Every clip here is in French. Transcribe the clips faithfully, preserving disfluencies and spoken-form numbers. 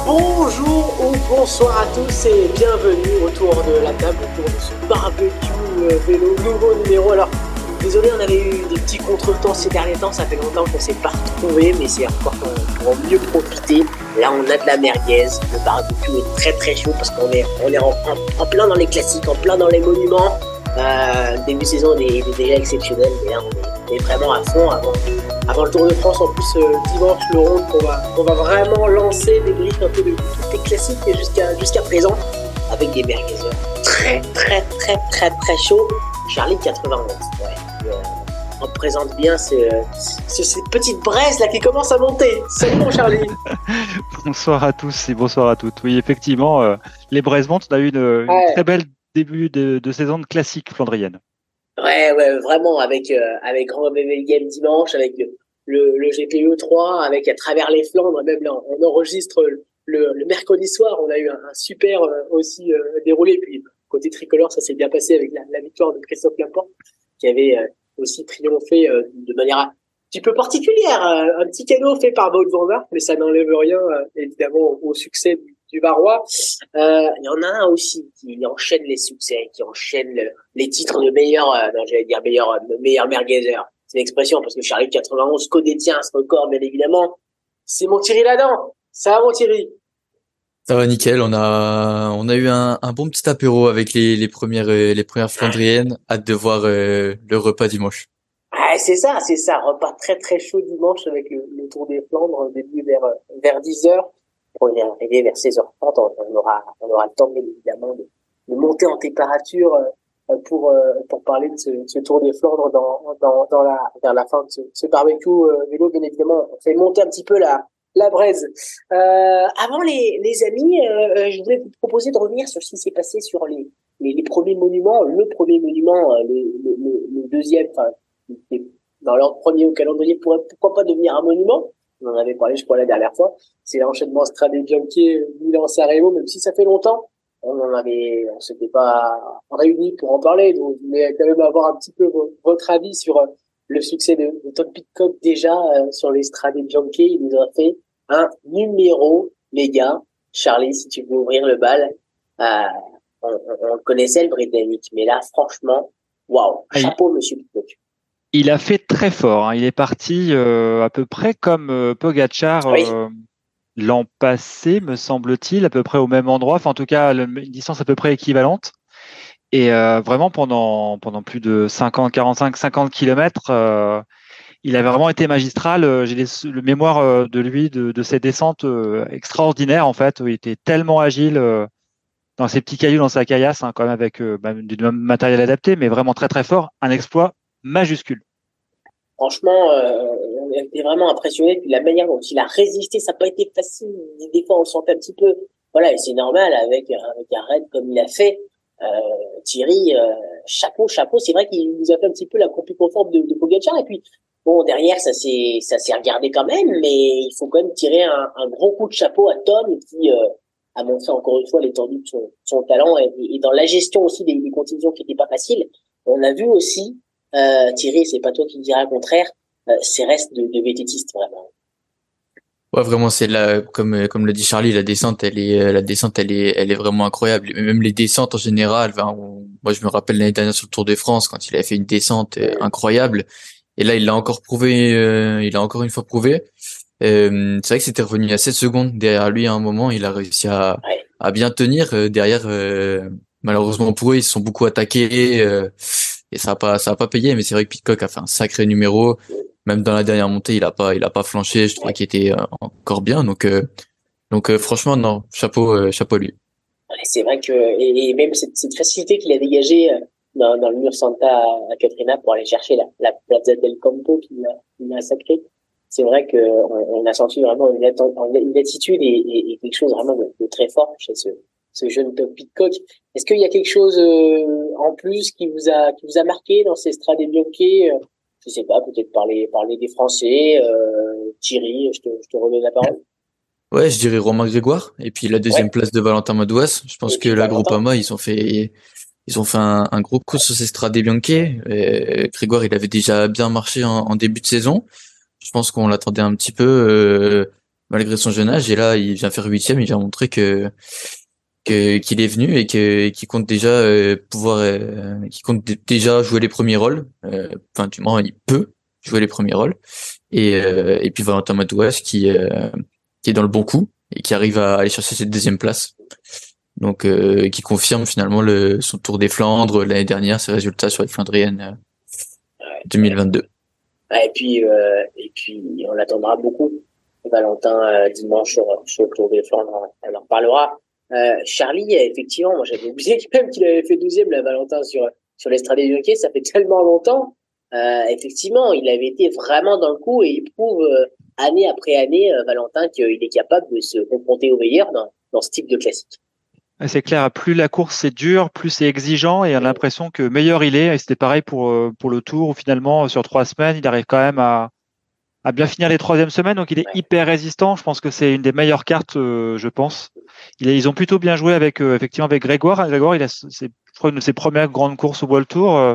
Bonjour ou bonsoir à tous et bienvenue autour de la table, autour de ce barbecue vélo nouveau numéro. Alors, désolé, on avait eu des petits contretemps ces derniers temps, ça fait longtemps qu'on ne s'est pas retrouvés, mais c'est encore pour, pour mieux profiter. Là, on a de la merguez, le barbecue est très très chaud parce qu'on est, on est en, en, en plein dans les classiques, en plein dans les monuments. Euh, début de saison est, est déjà exceptionnel, mais là, on est, on est vraiment à fond avant, avant le Tour de France. En plus, euh, dimanche, le round qu'on va, qu'on va vraiment lancer, débrief un peu de tous les classiques jusqu'à, jusqu'à présent, avec des merguezers très très très très très chauds. Charlie quatre-vingt-onze, ouais. Euh, on présente bien ce, ce, ces petites braises là qui commencent à monter. Salut mon Charlie. Bonsoir à tous et bonsoir à toutes. Oui, effectivement, euh, les braises montent. On a eu une, une Ouais. très belle début de, de saison de classique flandrienne. Ouais, ouais, vraiment, avec, euh, avec Grand B B Game dimanche, avec le, le, le G P E trois, avec à travers les Flandres, même là, on enregistre le, le mercredi soir, on a eu un, un super euh, aussi euh, déroulé. Puis, côté tricolore, ça s'est bien passé avec la, la victoire de Christophe Laporte, qui avait euh, aussi triomphé euh, de manière un petit peu particulière. Euh, un petit cadeau fait par Wout van Aert, mais ça n'enlève rien, euh, évidemment, au, au succès du, du Varois. Euh, il y en a un aussi qui enchaîne les succès, qui enchaîne le, les titres de meilleur, euh, non, j'allais dire meilleur, euh, meilleur merguezer. C'est l'expression parce que Charlie quatre-vingt-onze co-détient ce record, bien évidemment. C'est mon Thierry Ladan. Ça va, mon Thierry? Ça va nickel, on a on a eu un, un bon petit apéro avec les les premières euh, les premières flandriennes. Hâte de voir euh, le repas dimanche. Ah, c'est ça, c'est ça. Repas très très chaud dimanche avec le, le Tour des Flandres, début vers vers dix heures. Pour y arriver vers seize heures trente, on aura on aura le temps bien évidemment de, de monter en température euh, pour euh, pour parler de ce, ce Tour des Flandres dans dans dans la vers la fin de ce, ce barbecue euh, vélo. Bien évidemment, on fait monter un petit peu la la braise. Euh, avant les, les amis, euh, je voulais vous proposer de revenir sur ce qui s'est passé sur les, les, les premiers monuments. Le premier monument, le, le, le, le deuxième, enfin, dans l'ordre premier au calendrier, pourrait pourquoi pas devenir un monument. On en avait parlé, je crois, la dernière fois. C'est l'enchaînement Strade Bianchi, Milan-San Remo, même si ça fait longtemps. On en avait, on s'était pas réunis pour en parler, donc je voulais quand même avoir un petit peu votre avis sur le succès de, de Tom Pidcock déjà euh, sur les Strade Bianchi. Il nous a fait un numéro, les gars. Charlie, si tu veux ouvrir le bal, euh, on, on, on connaissait le Britannique, mais là, franchement, waouh, chapeau, monsieur Pidcock. Il a fait très fort. Hein. Il est parti euh, à peu près comme euh, Pogacar euh, oui. l'an passé, me semble-t-il, à peu près au même endroit. Enfin, en tout cas, une distance à peu près équivalente. Et euh, vraiment, pendant pendant plus de cinquante, quarante-cinq, cinquante kilomètres, euh, il avait vraiment été magistral. J'ai les, le mémoire de lui, de, de ses descentes euh, extraordinaires, en fait. Où il était tellement agile euh, dans ses petits cailloux, dans sa caillasse, hein, quand même avec euh, bah, du matériel adapté, mais vraiment très, très fort. Un exploit majuscule. Franchement, euh, on était vraiment impressionné. Puis la manière dont il a résisté, ça n'a pas été facile. Des fois, on le sentait un petit peu. Voilà, et c'est normal avec, avec un raid comme il a fait. Euh, Thierry, euh, chapeau, chapeau. C'est vrai qu'il nous a fait un petit peu la copie conforme de, de Pogacar. Et puis, bon, derrière, ça s'est, ça s'est regardé quand même, mais il faut quand même tirer un, un gros coup de chapeau à Tom qui euh, a montré encore une fois l'étendue de son, son talent et, et dans la gestion aussi des, des conditions qui n'étaient pas faciles. On a vu aussi, euh, Thierry, c'est pas toi qui me diras le contraire, euh, ces restes de, de vététistes vraiment. Ouais, vraiment, c'est là, comme comme le dit Charlie, la descente, elle est, la descente, elle est, elle est vraiment incroyable. Même les descentes en général. Enfin, on, moi, je me rappelle l'année dernière sur le Tour de France quand il a fait une descente euh, incroyable. Et là, il l'a encore prouvé, euh, il a encore une fois prouvé. Euh, c'est vrai que c'était revenu à sept secondes derrière lui à un moment. Il a réussi à, ouais. à bien tenir. Euh, derrière, euh, malheureusement pour eux, ils se sont beaucoup attaqués euh, et ça a pas, ça a pas payé. Mais c'est vrai que Pidcock a fait un sacré numéro. Même dans la dernière montée, il a pas, il a pas flanché. Je trouvais qu'il était euh, encore bien. Donc, euh, donc euh, franchement, non, chapeau, euh, chapeau à lui. Ouais, c'est vrai que et, et même cette, cette facilité qu'il a dégagée. Euh... Dans, dans le mur Santa Catrina pour aller chercher la, la Plaza del Campo qui l'a, qui l'a sacré. C'est vrai que on, on a senti vraiment une, une attitude et, et, et quelque chose vraiment de, de très fort chez ce, ce jeune Tom Pidcock. Est-ce qu'il y a quelque chose euh, en plus qui vous a qui vous a marqué dans ces Strade Bianchi? Je sais pas, peut-être parler parler des Français. Euh, Thierry, je te je te redonne la parole. Ouais, je dirais Romain Grégoire et puis la deuxième ouais. place de Valentin Madouas. Je pense et que la Groupama ils ont fait Ils ont fait un, un gros coup sur ces Strade Bianchi. Et Grégoire, il avait déjà bien marché en, en début de saison. Je pense qu'on l'attendait un petit peu. Euh, malgré son jeune âge. Et là, il vient faire huitième. Il vient montrer que que qu'il est venu et que qu'il compte déjà euh, pouvoir, euh, qu'il compte d- déjà jouer les premiers rôles. Euh, Enfin, du moins, il peut jouer les premiers rôles. Et euh, et puis Valentin Madouas qui euh, qui est dans le bon coup et qui arrive à aller chercher cette deuxième place. Donc, euh, qui confirme finalement le son Tour des Flandres l'année dernière, ses résultats sur les Flandriennes euh, Ouais, deux mille vingt-deux. ouais. Et puis, euh, et puis, on l'attendra beaucoup. Valentin, euh, dimanche sur, sur le Tour des Flandres, on en reparlera. Euh, Charlie, effectivement, moi j'avais oublié même qu'il avait fait douzième, là, Valentin, sur, sur l'Estrade du Hockey. Ça fait tellement longtemps. Euh, effectivement, il avait été vraiment dans le coup et il prouve euh, année après année, euh, Valentin, qu'il est capable de se confronter aux meilleurs dans, dans ce type de classique. C'est clair, plus la course est dure, plus c'est exigeant et on a l'impression que meilleur il est. Et c'était pareil pour, euh, pour le Tour où finalement, sur trois semaines, il arrive quand même à, à bien finir les troisièmes semaines. Donc il est Ouais. hyper résistant. Je pense que c'est une des meilleures cartes, euh, je pense. Il est- ils ont plutôt bien joué avec, euh, effectivement, avec Grégoire. Grégoire, il a, c'est, je crois, une de ses premières grandes courses au World Tour. Euh,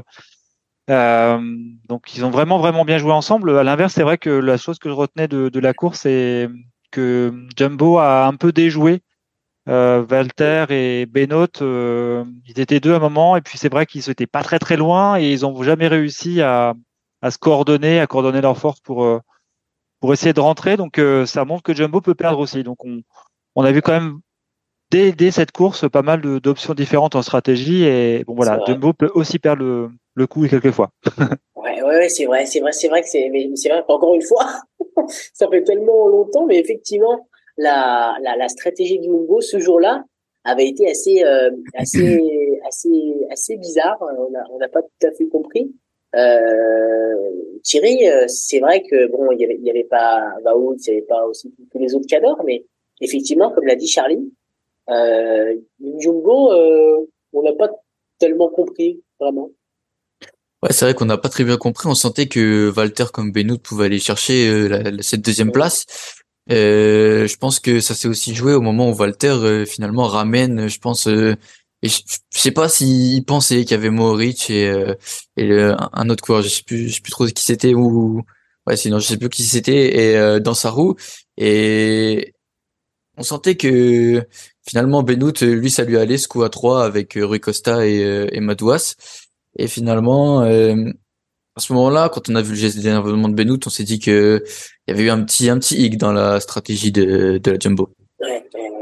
euh, donc ils ont vraiment, vraiment bien joué ensemble. À l'inverse, c'est vrai que la chose que je retenais de, de la course, c'est que Jumbo a un peu déjoué euh, Walter et Benoît, euh, ils étaient deux à un moment, et puis c'est vrai qu'ils n'étaient pas très très loin et ils n'ont jamais réussi à, à se coordonner, à coordonner leurs forces pour, euh, pour essayer de rentrer. Donc euh, ça montre que Jumbo peut perdre aussi. Donc on, on a vu quand même dès, dès cette course pas mal de- d'options différentes en stratégie et bon C'est voilà, vrai. Jumbo peut aussi perdre le, le coup quelquefois. Ouais, ouais, ouais, c'est vrai, c'est vrai, c'est vrai que c'est, mais c'est vrai qu'encore une fois, ça fait tellement longtemps, mais effectivement, la, la, la stratégie du Mumbo ce jour-là avait été assez, euh, assez, assez, assez bizarre. On n'a on n'a pas tout à fait compris. Euh, Thierry, euh, c'est vrai que bon, il y avait, il y avait pas Wout, il y avait pas aussi tous les autres cadors, mais effectivement, comme l'a dit Charlie, euh, Jumbo, euh, on n'a pas tellement compris vraiment. Ouais, c'est vrai qu'on n'a pas très bien compris. On sentait que Walter comme Benoît pouvaient aller chercher euh, la- la- cette deuxième place. Euh, je pense que ça s'est aussi joué au moment où Walter euh, finalement ramène, je pense, euh, et je, je sais pas s'il pensait qu'il y avait Mohoric et, euh, et le- un un autre coureur, je sais plus, je sais plus trop qui c'était ou ouais, sinon je sais plus qui c'était et euh, dans sa roue et on sentait que finalement Benoît, lui, ça lui allait ce coup à trois avec euh, Rui Costa et, euh, et Madouas. Et finalement, euh, à ce moment-là, quand on a vu le geste d'énervement de Benoît, on s'est dit que il y avait eu un petit un petit hic dans la stratégie de, de la Jumbo. Ouais,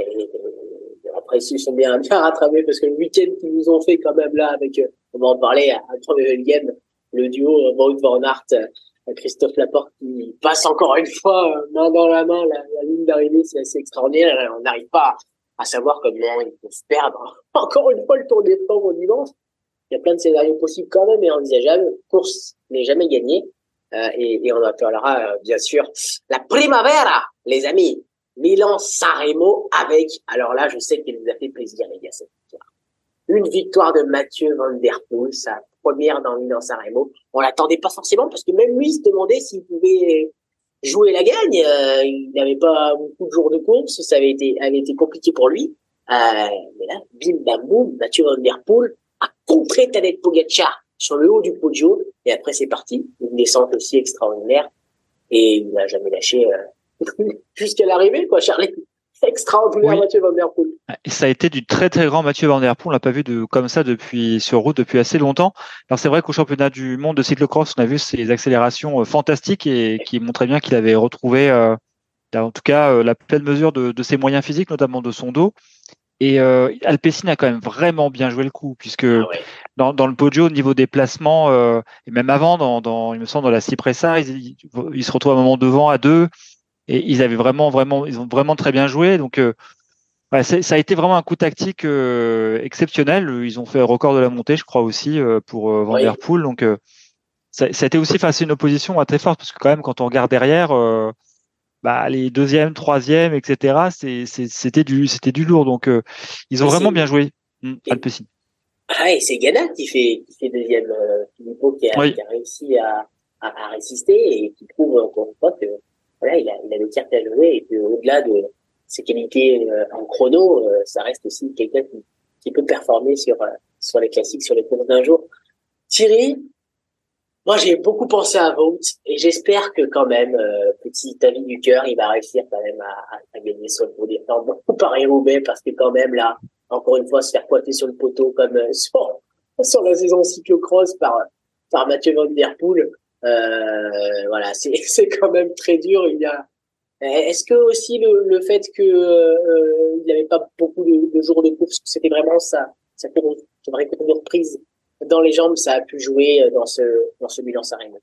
euh, après, ils se sont bien, bien rattrapés parce que le week-end qu'ils nous ont fait quand même là, avec, euh, on va en parler à, à Game, le duo euh, Wout van Aert, euh, Christophe Laporte qui passe encore une fois euh, main dans la main la, la ligne d'arrivée, c'est assez extraordinaire. On n'arrive pas à, à savoir comment ils peuvent perdre encore une fois le Tour des Flandres au dimanche. Il y a plein de scénarios possibles quand même et envisageables. Course n'est jamais gagnée. Euh, et, et on en parlera, euh, bien sûr, la Primavera, les amis. Milan-San Remo avec, alors là, je sais qu'il nous a fait plaisir, les gars, cette victoire. Une victoire de Mathieu Van Der Poel, sa première dans Milan-San Remo. On l'attendait pas forcément parce que même lui se demandait s'il pouvait jouer la gagne. Euh, il n'avait pas beaucoup de jours de course, ça avait été, avait été compliqué pour lui. Euh, mais là, bim, bam, boum, Mathieu Van Der Poel a contré Tadej Pogacar sur le haut du podio. Et après, c'est parti. Une descente aussi extraordinaire. Et il n'a jamais lâché euh, jusqu'à l'arrivée, quoi, Charlie. Extraordinaire, Oui. Mathieu Van Der Poel. Et ça a été du très très grand Mathieu Van Der Poel. On l'a pas vu de comme ça depuis sur route depuis assez longtemps. Alors c'est vrai qu'au championnat du monde de cyclocross, on a vu ses accélérations euh, fantastiques et qui montraient bien qu'il avait retrouvé, euh, en tout cas, euh, la pleine mesure de, de ses moyens physiques, notamment de son dos. Et euh, Alpecin a quand même vraiment bien joué le coup, puisque Ah ouais. dans, dans le Poggio, au niveau des placements, euh, et même avant, dans, dans, il me semble, dans la Cipressa, ils, ils se retrouvent à un moment devant à deux, et ils avaient vraiment, vraiment, ils ont vraiment très bien joué. Donc, euh, ouais, ça a été vraiment un coup tactique euh, exceptionnel. Ils ont fait un record de la montée, je crois aussi, euh, pour euh, Van Oui. Der Poel. Donc, euh, ça, ça a été aussi face à une opposition euh, très forte, parce que quand même, quand on regarde derrière, euh, bah, les deuxièmes, troisièmes, et cetera, c'est, c'est, c'était du, c'était du lourd. Donc, euh, ils ont Et vraiment c'est, bien joué, hum, et, Alpecin. ah, et c'est Ghana qui fait, qui fait deuxième, euh, Philippot qui a, Oui. qui a réussi à, à, à résister et qui prouve encore une fois que, voilà, il a, il a le carte à jouer et qu'au-delà de ses qualités euh, en chrono, euh, ça reste aussi quelqu'un qui, qui peut performer sur, euh, sur les classiques, sur les courses d'un jour. Thierry, Moi, j'ai beaucoup pensé à Wout et j'espère que quand même, euh, petit avis du cœur, il va réussir quand même à, à, à gagner sur le Tour des Flandres, beaucoup Paris-Roubaix, parce que quand même là, encore une fois, se faire pointer sur le poteau comme euh, sur, sur la saison cyclocross par par Mathieu Van Der Poel, euh, voilà, c'est c'est quand même très dur. Il y a Est-ce que aussi le, le fait que euh, il n'avait pas beaucoup de, de jours de course, que c'était vraiment sa sa course, sa vraie course de reprise dans les jambes, ça a pu jouer dans ce dans ce bilan Sanremo.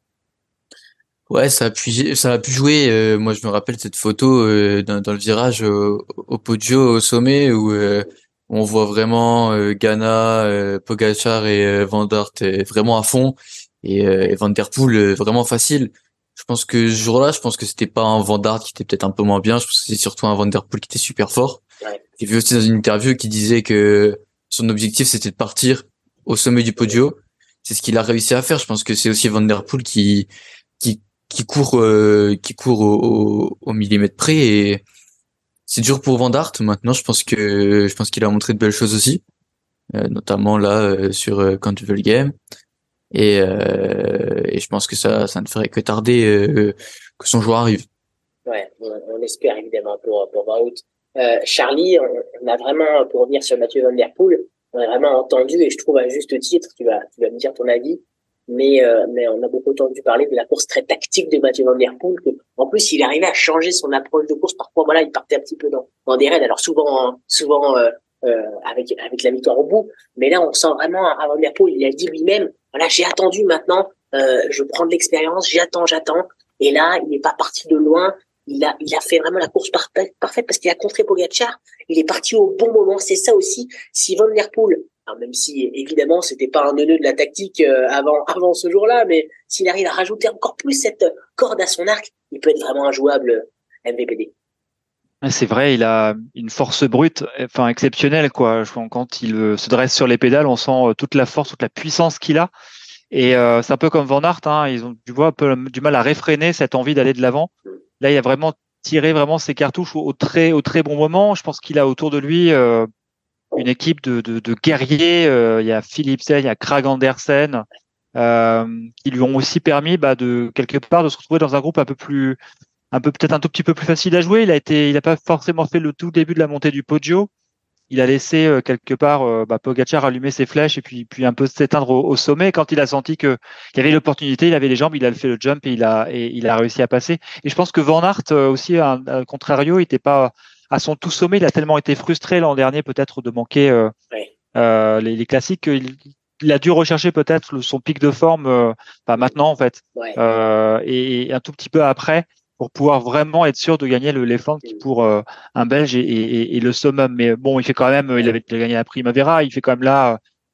Ouais, ça a pu, ça a pu jouer. Euh, moi, je me rappelle cette photo euh, dans, dans le virage au, au Poggio, au sommet, où euh, on voit vraiment euh, Ghana, euh, Pogačar et euh, Van Aert euh, vraiment à fond, et, euh, et Van Der Poel euh, vraiment facile. Je pense que ce jour-là, je pense que c'était pas un Van Aert qui était peut-être un peu moins bien. Je pense que c'est surtout un Van Der Poel qui était super fort. Ouais. J'ai vu aussi dans une interview qui disait que son objectif c'était de partir au sommet du Poggio. C'est ce qu'il a réussi à faire. Je pense que c'est aussi Van Der Poel qui qui qui court euh, qui court au, au, au millimètre près, et c'est dur pour Van Aert. Maintenant, je pense que je pense qu'il a montré de belles choses aussi, euh, notamment là euh, sur euh, Can't You Feel the Game, et euh, et je pense que ça ça ne ferait que tarder euh, que son joueur arrive. Ouais, on, on espère évidemment pour pour Wout. Euh, Charlie, on, on a vraiment, pour revenir sur Mathieu Van Der Poel, on a vraiment entendu, et je trouve à juste titre, tu vas tu vas me dire ton avis, mais euh, mais on a beaucoup entendu parler de la course très tactique de Mathieu Van Der Poel, que en plus il arrivait à changer son approche de course. Parfois, voilà, il partait un petit peu dans dans des raids, alors souvent souvent euh, euh, avec avec la victoire au bout, mais là on sent vraiment à Van Der Poel, il a dit lui-même, voilà, j'ai attendu, maintenant euh, je prends de l'expérience, j'attends j'attends, et là il n'est pas parti de loin. Il a, il a fait vraiment la course parfaite, parfaite parce qu'il a contré Pogačar. Il est parti au bon moment. C'est ça aussi. Si Van Der Poel, alors même si évidemment c'était pas un neuneu de la tactique euh, avant, avant ce jour-là, mais s'il arrive à rajouter encore plus cette corde à son arc, il peut être vraiment injouable M V P D. C'est vrai, il a une force brute, enfin exceptionnelle quoi. Quand il se dresse sur les pédales, on sent toute la force, toute la puissance qu'il a. Et euh, c'est un peu comme Van Aert, hein, ils ont du, un peu du mal à réfréner cette envie d'aller de l'avant. Là, il a vraiment tiré vraiment ses cartouches au, au très au très bon moment. Je pense qu'il a autour de lui euh, une équipe de, de, de guerriers. Euh, il y a Philipsen, il y a Krag Andersen, euh, qui lui ont aussi permis bah, de quelque part de se retrouver dans un groupe un peu plus, un peu peut-être un tout petit peu plus facile à jouer. Il a été, il n'a pas forcément fait le tout début de la montée du Poggio. Il a laissé euh, quelque part euh, bah, Pogačar allumer ses flèches et puis puis un peu s'éteindre au, au sommet. Quand il a senti que il y avait l'opportunité, il avait les jambes, il a fait le jump et il a et il a réussi à passer. Et je pense que Van Aert euh, aussi, à, à contrario, il n'était pas à son tout sommet. Il a tellement été frustré l'an dernier peut-être de manquer euh, Ouais. euh, les, les classiques qu'il il a dû rechercher peut-être le, son pic de forme, euh, pas maintenant en fait, Ouais. euh, et, et un tout petit peu après, pour pouvoir vraiment être sûr de gagner le, les Flandres qui pour euh, un Belge et, et, et le summum. Mais bon, il fait quand même, il avait il a gagné la Primavera, il fait quand même là,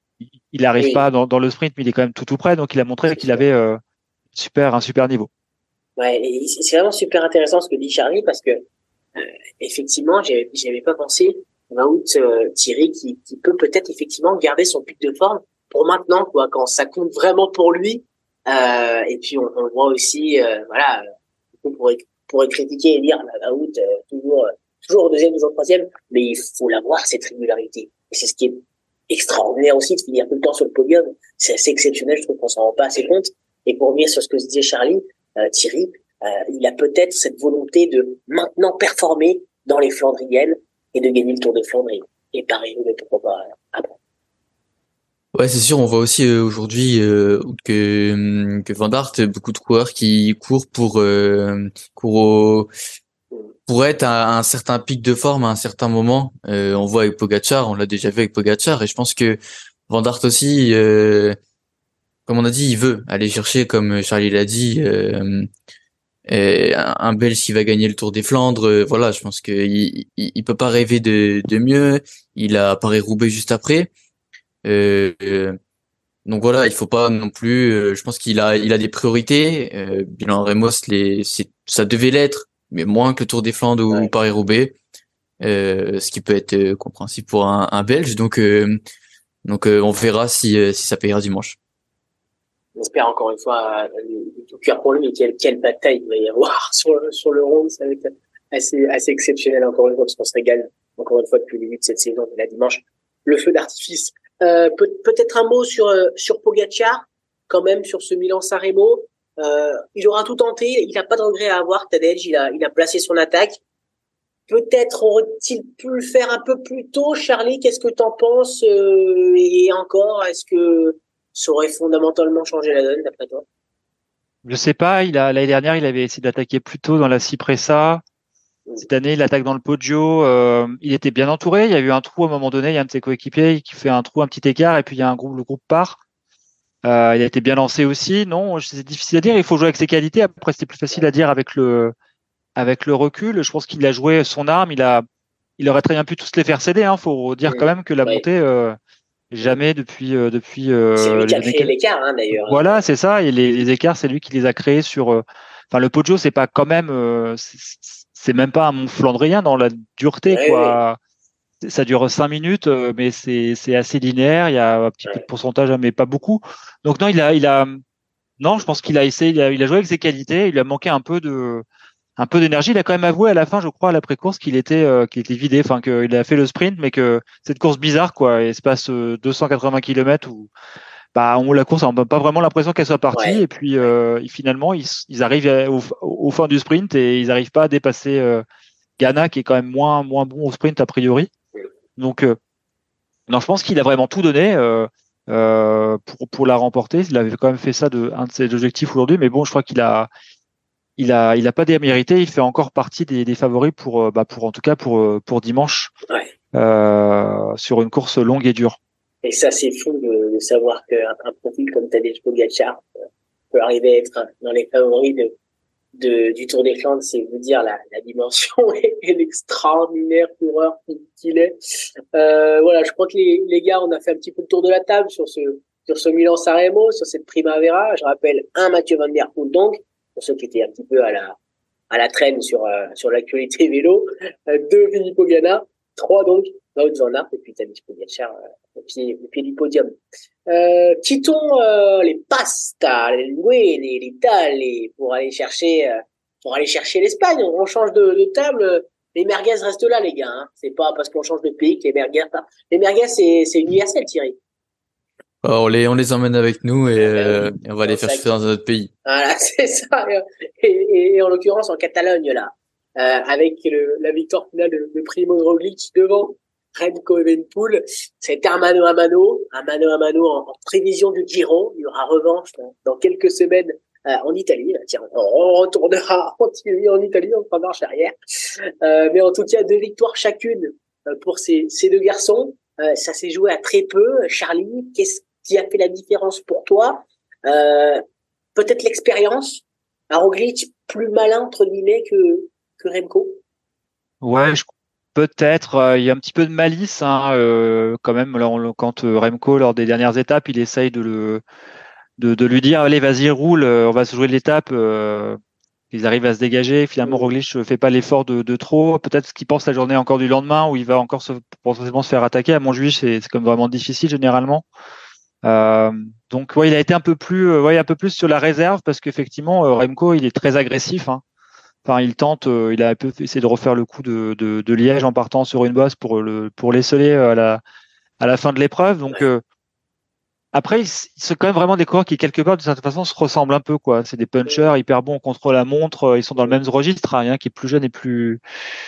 il n'arrive Oui. pas dans, dans le sprint, mais il est quand même tout tout près, donc il a montré C'est qu'il sûr. avait euh, super un super niveau. Ouais, et c'est vraiment super intéressant ce que dit Charlie, parce que euh, effectivement, j'avais j'avais pas pensé. Wout, euh, Thierry, qui, qui peut peut-être effectivement garder son pic de forme pour maintenant, quoi, quand ça compte vraiment pour lui. Euh, et puis on, on le voit aussi, euh, voilà, on pourrait, pourrait critiquer et dire, bah, Wout, euh, toujours, euh, toujours au deuxième, toujours au troisième, mais il faut l'avoir, cette régularité. Et c'est ce qui est extraordinaire aussi, de finir tout le temps sur le podium. C'est assez exceptionnel, je trouve qu'on s'en rend pas assez compte. Et pour revenir sur ce que disait Charlie, euh, Thierry, euh, il a peut-être cette volonté de maintenant performer dans les Flandriennes et de gagner le Tour des Flandres et pareil, mais pourquoi pas après. Ouais, c'est sûr, on voit aussi euh, aujourd'hui euh, que hum, que Van Aert, beaucoup de coureurs qui courent pour euh, courent au- pour être à un certain pic de forme à un certain moment. Euh, on voit avec Pogačar, on l'a déjà vu avec Pogačar, et je pense que Van Aert aussi, euh, comme on a dit, il veut aller chercher, comme Charlie l'a dit, euh, euh, un, un Belge qui va gagner le Tour des Flandres. Euh, voilà, je pense qu'il il, il peut pas rêver de de mieux. Il a Paris-Roubaix juste après. Euh, euh, Donc voilà, il faut pas non plus. Euh, je pense qu'il a, il a des priorités. Euh, Bilan Remos, les, c'est, ça devait l'être, mais moins que le Tour des Flandres ou Ouais. Paris-Roubaix, euh, ce qui peut être euh, compréhensible pour un, un Belge. Donc, euh, donc euh, on verra si, euh, si ça payera dimanche. On espère encore une fois euh, du tout cœur pour lui, mais quelle, quelle bataille il va y avoir sur le, sur le rond, ça va être assez, assez exceptionnel encore une fois, parce qu'on se régale encore une fois depuis le début de cette saison, de la dimanche, le feu d'artifice. Euh, peut, peut-être un mot sur, sur Pogačar. quand même sur ce Milan-San Remo. Euh, il aura tout tenté, il n'a pas de regret à avoir. Tadej, il a, il a placé son attaque. Peut-être aurait-il pu le faire un peu plus tôt. Charlie, qu'est-ce que t'en penses? euh, Et encore, est-ce que ça aurait fondamentalement changé la donne d'après toi? Je sais pas, il a l'année dernière, il avait essayé d'attaquer plus tôt dans la Cipressa. Cette année, il attaque dans le Poggio. Euh, il était bien entouré. Il y a eu un trou à un moment donné. Il y a un de ses coéquipiers qui fait un trou, un petit écart, et puis il y a un groupe, le groupe part. Euh, il a été bien lancé aussi. Non, c'est difficile à dire. Il faut jouer avec ses qualités. Après, c'était plus facile à dire avec le avec le recul. Je pense qu'il a joué son arme. Il a, il aurait très bien pu tous les faire céder. Hein. Faut dire quand même que la Oui. montée, euh, jamais depuis euh, depuis C'est lui euh, qui les a années. créé l'écart, hein, d'ailleurs. Voilà, c'est ça. Et les, les écarts, c'est lui qui les a créés sur. euh, Enfin, le Poggio, c'est pas quand même. euh, c'est c'est même pas un mont flandrien dans la dureté, Oui, oui. quoi. Ça dure cinq minutes, euh, mais c'est c'est assez linéaire. Il y a un petit peu de Ouais. pourcentage, hein, mais pas beaucoup. Donc non, il a il a non, je pense qu'il a essayé. Il a, il a joué avec ses qualités. Il lui a manqué un peu de un peu d'énergie. Il a quand même avoué à la fin, je crois, à l'après-course, qu'il était euh, qu'il était vidé. Enfin, qu'il a fait le sprint, mais que cette course bizarre, quoi. Il se passe euh, deux cent quatre-vingts kilomètres où bah, on, la course, on n'a pas vraiment l'impression qu'elle soit partie. Ouais. Et puis, euh, finalement, ils, ils arrivent au, au fin du sprint et ils n'arrivent pas à dépasser euh, Ghana, qui est quand même moins, moins bon au sprint, a priori. Donc, euh, non, je pense qu'il a vraiment tout donné euh, euh, pour, pour la remporter. Il avait quand même fait ça de un de ses objectifs aujourd'hui. Mais bon, je crois qu'il a, il a, il a pas démérité. Il fait encore partie des, des favoris pour, euh, bah, pour, en tout cas, pour, euh, pour dimanche, Ouais. euh, sur une course longue et dure. Et ça, c'est fou de, de savoir qu'un un profil comme Tadej Pogacar euh, peut arriver à être dans les favoris de, de, du Tour des Flandres. C'est vous dire la, la dimension et, et l'extraordinaire coureur qu'il est. Euh, voilà, je crois que les, les gars, on a fait un petit peu le tour de la table sur ce, sur ce Milan-San Remo, sur cette Primavera. Je rappelle, un Mathieu Van Der Poel, donc, pour ceux qui étaient un petit peu à la, à la traîne sur, euh, sur l'actualité vélo. Euh, deux, Filippo Ganna. Trois, donc, Wout van Aert, et puis Tadej Pogacar, euh, au pied, au pied du podium. Euh, quittons, euh, les pastas, les linguine, l'Italie, pour aller chercher, euh, pour aller chercher l'Espagne. On, on change de, de table. Les merguez restent là, les gars, hein. C'est pas parce qu'on change de pays que les merguez, les merguez, c'est, c'est universel, Thierry. Alors, on les, on les emmène avec nous et, Ah ben euh, oui, et on va les faire ça chauffer dans un autre pays. Voilà, c'est ça. Et, et, et en l'occurrence, en Catalogne, là, euh, avec le, la victoire finale de, de Primo Roglic devant Remco Evenepoel, c'était un mano à mano, un mano à mano en, en prévision du Giro. Il y aura revanche dans, dans quelques semaines euh, en Italie. Tiens, on retournera en, en Italie, on fera marche arrière. Euh, mais en tout cas, deux victoires chacune euh, pour ces, ces deux garçons. Euh, ça s'est joué à très peu. Charlie, qu'est-ce qui a fait la différence pour toi? Euh, peut-être l'expérience. Un Roglic plus malin entre guillemets que que Remco. Ouais, je- peut-être. euh, Il y a un petit peu de malice, hein, euh, quand même. Là, on- quand euh, Remco, lors des dernières étapes, il essaye de le, de, de lui dire, allez, vas-y, roule, euh, on va se jouer l'étape. Euh, ils arrivent à se dégager. Finalement, Mmh. Roglic ne fait pas l'effort de, de trop. Peut-être qu'il pense la journée encore du lendemain où il va encore se, potentiellement se faire attaquer. À mon juge, c'est c'est comme vraiment difficile généralement. Euh, donc, ouais, il a été un peu plus, euh, ouais, un peu plus sur la réserve parce qu'effectivement, euh, Remco, il est très agressif, hein. Enfin, il tente, euh, il a un peu essayé de refaire le coup de, de, de Liège en partant sur une bosse pour le pour l'esseler à la à la fin de l'épreuve. Donc Ouais. euh, après, ils sont quand même vraiment des coureurs qui quelque part de certaine façon se ressemblent un peu, quoi. C'est des punchers hyper bons contre la montre. Ils sont dans le même registre. Hein. Il y en a un qui est plus jeune et plus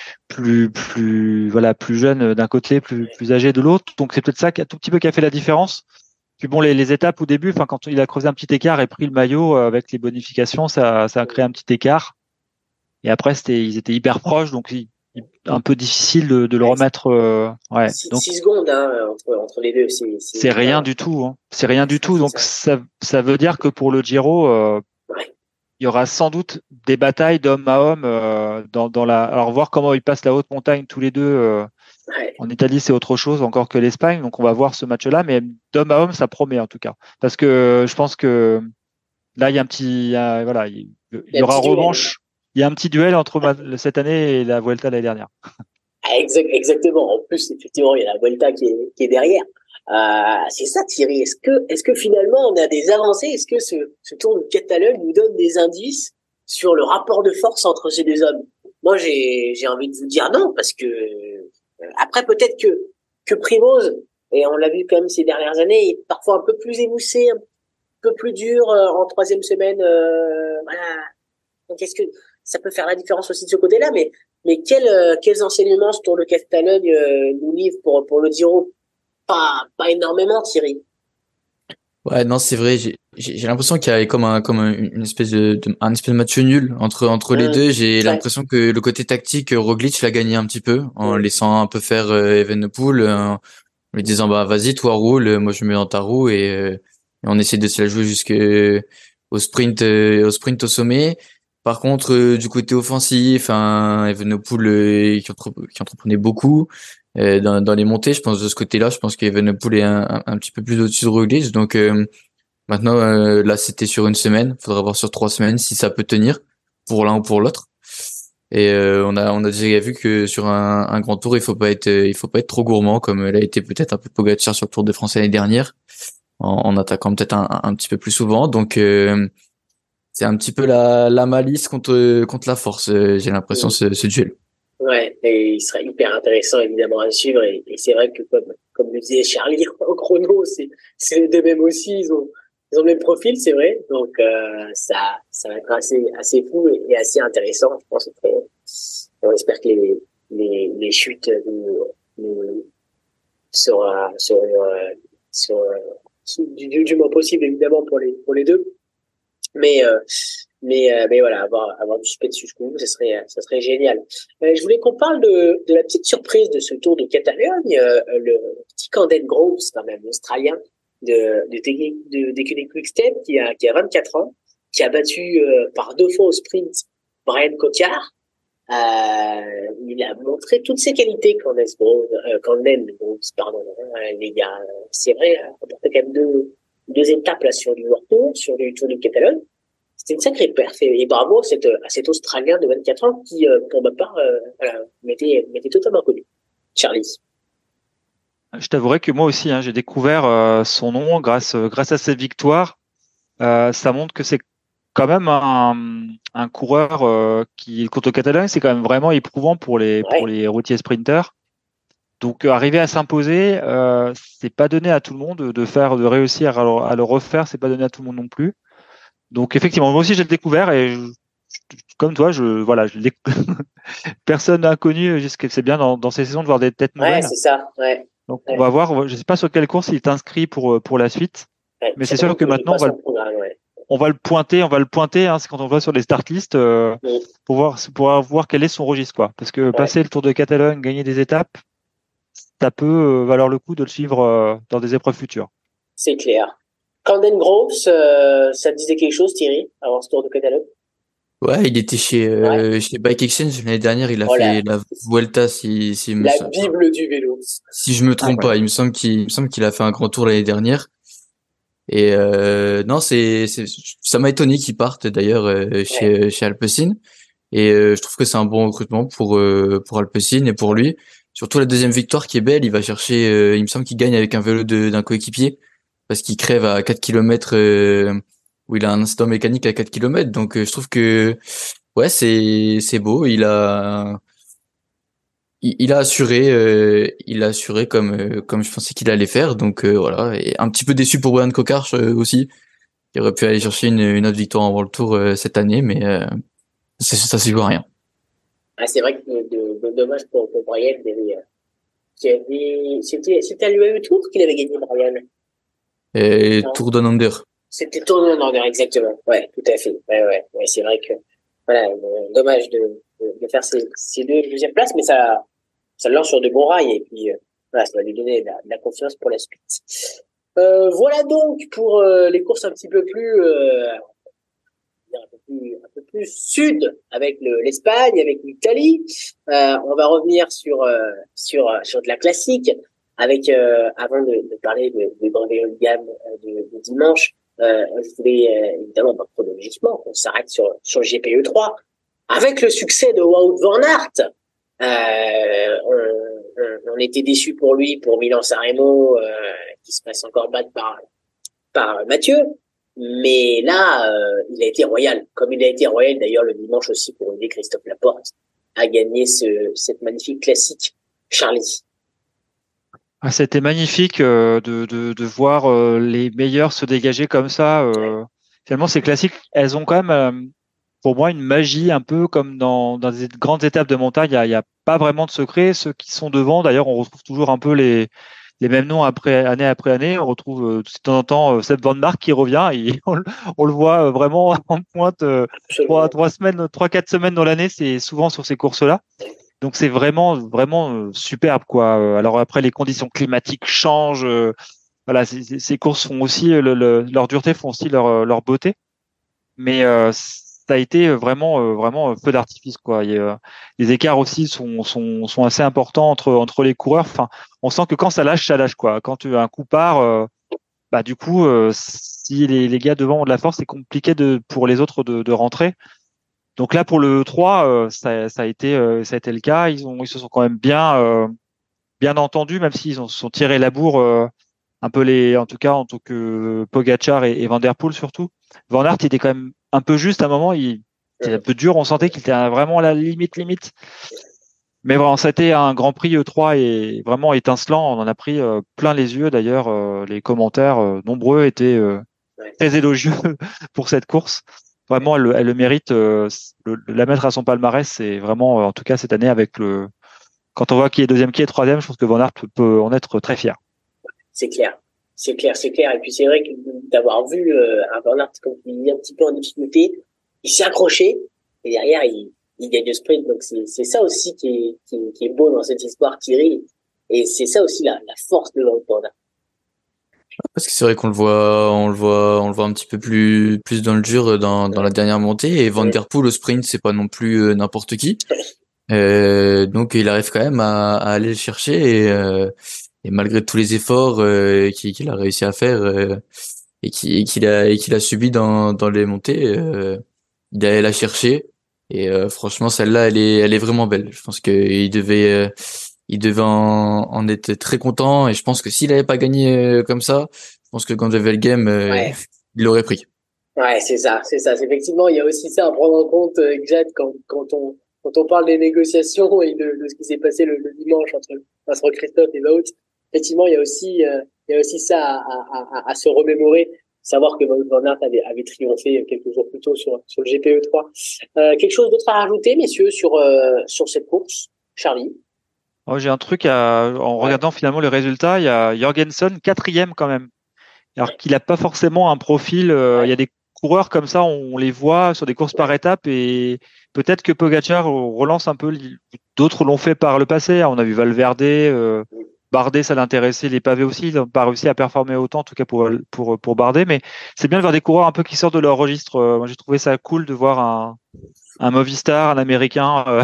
plus plus voilà plus jeune d'un côté, plus plus âgé de l'autre. Donc c'est peut-être ça qui a tout petit peu qui a fait la différence. Puis bon, les, les étapes au début, enfin quand il a creusé un petit écart et pris le maillot euh, avec les bonifications, ça ça a créé un petit écart. Et après, c'était, ils étaient hyper proches, donc il- il- un peu difficile de, de le Ouais, remettre. Euh, ouais, six, donc six secondes hein, entre entre les deux, c'est c'est c'est rien évident. du tout. Hein. C'est rien du C'est tout. c'est Donc ça. ça, ça veut dire que pour le Giro, euh, Ouais. il y aura sans doute des batailles d'homme à homme euh, dans, dans la. Alors voir comment ils passent la haute montagne tous les deux. Euh, Ouais. en Italie, c'est autre chose encore que l'Espagne. Donc on va voir ce match-là, mais d'homme à homme, ça promet en tout cas, parce que je pense que là, il y a un petit, il y a- voilà, il, il Il y y a un aura petit duel. revanche. Il y a un petit duel entre ma- cette année et la Vuelta l'année dernière. Ah, exact, exactement. En plus, effectivement, il y a la Vuelta qui est, qui est derrière. Euh, c'est ça, Thierry. Est-ce que, est-ce que finalement on a des avancées? Est-ce que ce, ce Tour de Catalogne nous donne des indices sur le rapport de force entre ces deux hommes? Moi, j'ai, j'ai envie de vous dire non, parce que euh, après peut-être que que Primoz, et on l'a vu quand même ces dernières années, est parfois un peu plus émoussé, peu plus dur euh, en troisième semaine. Euh, voilà. Donc, est-ce que ça peut faire la différence aussi de ce côté-là? Mais, mais quels, euh, quels enseignements ce Tour de Catalogne euh, nous livre pour, pour le Giro? Pas, pas énormément, Thierry. Ouais, non, c'est vrai. J'ai j'ai j'ai l'impression qu'il y a comme un comme un- une espèce de, de un espèce de match nul entre entre les Hum, deux. J'ai ouais. l'impression que le côté tactique, euh, Roglic l'a gagné un petit peu en Hum, laissant un peu faire euh, Evenepoel, euh, en lui disant bah vas-y toi roule, euh, moi je me mets dans ta roue et, euh, et on essaie de se la jouer jusque au sprint euh, au sprint au sommet. Par contre, euh, du côté offensif, un Evenepoel euh, qui, entre- qui entreprenait beaucoup euh, dans, dans les montées. Je pense de ce côté-là, je pense qu'Evenepoel est un, un, un petit peu plus au-dessus de Roglic. Donc euh, maintenant, euh, là, c'était sur une semaine. Faudra voir sur trois semaines si ça peut tenir pour l'un ou pour l'autre. Et euh, on a on a déjà vu que sur un, un grand tour, il faut pas être euh, il faut pas être trop gourmand comme l'a été peut-être un peu Pogacar sur le Tour de France l'année dernière en, en attaquant peut-être un, un petit peu plus souvent. Donc euh, c'est un petit peu la la malice contre contre la force. euh, J'ai l'impression hum. ce, ce duel. Ouais, et il serait hyper intéressant évidemment à suivre. Et, et c'est vrai que comme comme le disait Charlie en chrono, c'est c'est les deux mêmes aussi. Ils ont ils ont le même profil, c'est vrai. Donc euh, ça ça va être assez assez fou et, et assez intéressant. Je pense que on espère que les les les chutes nous, nous sera seront euh, seront, euh, du, du, du moins possible évidemment pour les pour les deux. Mais euh, mais euh, mais voilà, avoir avoir du suspense jusqu'au bout, ça serait ça serait génial. Euh, je voulais qu'on parle de de la petite surprise de ce Tour de Catalogne, euh, le petit Camden Groves, quand même l'Australien de de technique de d'écurie Quick-Step qui a qui a vingt-quatre ans, qui a battu euh, par deux fois au sprint Brian Cotillard. Euh, il a montré toutes ses qualités, Camden Groves, euh, Camden Groves, pardon, hein, les gars. C'est vrai, il a remporté quand même deux deux étapes là sur du World Tour, sur du Tour de Catalogne. C'était une sacrée perf et, et bravo à, cette, à cet Australien de vingt-quatre ans qui, euh, pour ma part, euh, voilà, m'était, m'était totalement connu. Charlie. Je t'avouerai que moi aussi, hein, j'ai découvert euh, son nom grâce, euh, grâce à cette victoire. Euh, ça montre que c'est quand même un, un coureur euh, qui, le Tour de Catalogne, c'est quand même vraiment éprouvant pour les, pour Ouais, les routiers sprinters. Donc, euh, arriver à s'imposer, euh, c'est pas donné à tout le monde de faire, de réussir à le, à le refaire, c'est pas donné à tout le monde non plus. Donc, effectivement, moi aussi, j'ai découvert et je- comme toi, je, voilà, je l'ai- personne n'a connu. jusqu'à- C'est bien dans, dans ces saisons de voir des têtes ouais, nouvelles. c'est ça. Ouais, Donc, on ouais, va voir. Je sais pas sur quelle course il est inscrit pour, euh, pour la suite. ouais. Mais c'est sûr J'avoue que que j'ai maintenant, on pas va le, son programme, ouais. on va le pointer, on va le pointer, hein, c'est quand on voit sur les start lists, euh, Mm, pour voir, pour voir quel est son registre, quoi. Parce que ouais, passer le Tour de Catalogne, gagner des étapes, ça peut euh, valoir le coup de le suivre euh, dans des épreuves futures. c'est clair. Camden Groves, euh, ça te disait quelque chose, Thierry, avant ce Tour de Catalogne? Ouais, il était chez Ouais. euh, chez Bike Exchange l'année dernière. Il a Oh fait là, la Vuelta si si me la sem- enfin, Bible du vélo. si je me trompe Ouais. pas. Il me semble qu'il il me semble qu'il a fait un grand tour l'année dernière. Et euh, non, c'est, c'est, ça m'a étonné qu'il parte d'ailleurs euh, Ouais, chez chez Alpecin. Et euh, je trouve que c'est un bon recrutement pour euh, pour Alpecin et pour lui. Surtout la deuxième victoire qui est belle. Il va chercher. Euh, il me semble qu'il gagne avec un vélo de d'un coéquipier parce qu'il crève à quatre kilomètres euh, où il a un incident mécanique à quatre kilomètres. Donc euh, je trouve que ouais, c'est c'est beau. Il a il, il a assuré, euh, il a assuré comme euh, comme je pensais qu'il allait faire. Donc euh, voilà. Et un petit peu déçu pour Brian Cocard euh, aussi qui aurait pu aller chercher une, une autre victoire en World Tour euh, cette année, mais euh, ça, ça s'y joue à rien. ah, c'est vrai que de, de, de- dommage pour, pour Brian, il avait, euh, qui avait, c'était, c'était à l'U A E Tour qu'il avait gagné, Brian. Et Non? Tour Down Under. C'était tourné en order, exactement. Ouais, tout à fait. Ouais, ouais, ouais, c'est vrai que, voilà, euh, dommage de, de, de faire ces, ces deux deuxièmes places, mais ça, ça le lance sur de bons rails, et puis, euh, voilà, ça va lui donner de la, de la confiance pour la suite. Euh, voilà donc pour euh, les courses un petit peu plus, euh, un peu plus, un peu plus sud avec le, l'Espagne, avec l'Italie. Euh, on va revenir sur, euh, sur, sur de la classique avec, euh, avant de, de parler de, de Brevet haut de gamme euh, de, de dimanche, euh, je voulais euh, évidemment, bah, chronologiquement, qu'on s'arrête sur, sur le G P E trois avec le succès de Wout van Aert. Euh, on, on, on était déçus pour lui, pour Milan-San Remo, euh, qui se passe encore battre par, par Mathieu. Mais là, euh, il a été royal, comme il a été royal d'ailleurs le dimanche aussi pour aider Christophe Laporte à gagner ce, cette magnifique classique. Charlie. Ah, c'était magnifique euh, de, de, de voir euh, les meilleurs se dégager comme ça. Euh. Finalement, ces classiques, elles ont quand même, euh, pour moi, une magie un peu comme dans, dans des grandes étapes de montagne. Il n'y a, il y a pas vraiment de secret. Ceux qui sont devant, d'ailleurs, on retrouve toujours un peu les, les mêmes noms après, année après année. On retrouve euh, de temps en temps euh, Seb Van Mark qui revient. Et on, le on le voit euh, vraiment en pointe euh, trois, Absolument. trois semaines, trois, quatre semaines dans l'année. C'est souvent sur ces courses-là. Donc c'est vraiment vraiment euh, superbe quoi. Euh, Alors après les conditions climatiques changent. euh, Voilà, ces, ces- ces courses font aussi euh, le, le- leur dureté font aussi leur euh, leur beauté. Mais euh, ça a été vraiment euh, vraiment euh, feu d'artifice quoi. Il y a, euh, les écarts aussi sont sont sont assez importants entre entre les coureurs. Enfin, on sent que quand ça lâche, ça lâche quoi. Quand tu, un coup part, euh, bah du coup euh, si les, les gars devant ont de la force, c'est compliqué de pour les autres de, de rentrer. Donc là, pour le trois, euh, ça, ça a été, euh, ça a été le cas. Ils ont, ils se sont quand même bien, euh, bien entendus, même s'ils ont se sont tirés la bourre, euh, un peu les, en tout cas, en tant que Pogacar et, et Van der Poel surtout. Van Aert, il était quand même un peu juste à un moment. Il était un peu dur. On sentait qu'il était vraiment à la limite, limite. Mais vraiment, ça a été un Grand Prix E trois et vraiment étincelant. On en a pris euh, plein les yeux. D'ailleurs, euh, les commentaires euh, nombreux étaient euh, Ouais. très élogieux pour cette course. Vraiment, elle, le- elle le mérite. euh, le- la mettre à son palmarès, c'est vraiment, euh, en tout cas cette année, avec le. Quand on voit qui est deuxième, qui est troisième, je pense que Van Aert peut, peut en être très fier. C'est clair. C'est clair, c'est clair. Et puis c'est vrai que d'avoir vu euh, un Bernard, comme tu dis, un petit peu en difficulté, il s'est accroché et derrière il, il gagne le sprint. Donc c'est, c'est ça aussi qui est, qui, est, qui est beau dans cette histoire, Thierry. Et c'est ça aussi la, la force de Wout van Aert. Parce que c'est vrai qu'on le voit, on le voit, on le voit un petit peu plus, plus dans le dur dans, dans la dernière montée. Et Van der Poel au sprint, c'est pas non plus euh, n'importe qui. Euh, donc il arrive quand même à, à aller le chercher et, euh, et malgré tous les efforts euh, qu'il, qu'il a réussi à faire euh, et qui- et qu'il a, et qu'il a subi dans, dans les montées, euh, il allait la chercher. Et euh, franchement, celle-là, elle est, elle est vraiment belle. Je pense qu'il devait, euh, il devait en, en être très content. Et je pense que s'il avait pas gagné euh, comme ça, je pense que quand j'avais le game, euh, Ouais. il l'aurait pris. Ouais, c'est ça, c'est ça. C'est effectivement, il y a aussi ça à prendre en compte, euh, Jad, quand, quand on, quand on parle des négociations et de, de ce qui s'est passé le, le dimanche entre, entre Christophe et Wout. Effectivement, il y a aussi, euh, il y a aussi ça à, à, à, à se remémorer. Savoir que Wout van Aert avait, avait triomphé quelques jours plus tôt sur, sur le G P E trois. Euh, quelque chose d'autre à rajouter, messieurs, sur, euh, sur cette course? Charlie? Oh, j'ai un truc à, en Ouais. regardant finalement les résultats, il y a Jorgensen quatrième quand même. Alors qu'il n'a pas forcément un profil. euh, Il y a des coureurs comme ça, on les voit sur des courses par étapes et peut-être que Pogacar relance un peu. D'autres l'ont fait par le passé. On a vu Valverde, euh, Bardet, ça l'intéressait. Les pavés aussi, ils n'ont pas réussi à performer autant, en tout cas pour pour pour Bardet. Mais c'est bien de voir des coureurs un peu qui sortent de leur registre. Euh, Moi, j'ai trouvé ça cool de voir un un Movistar, un Américain euh,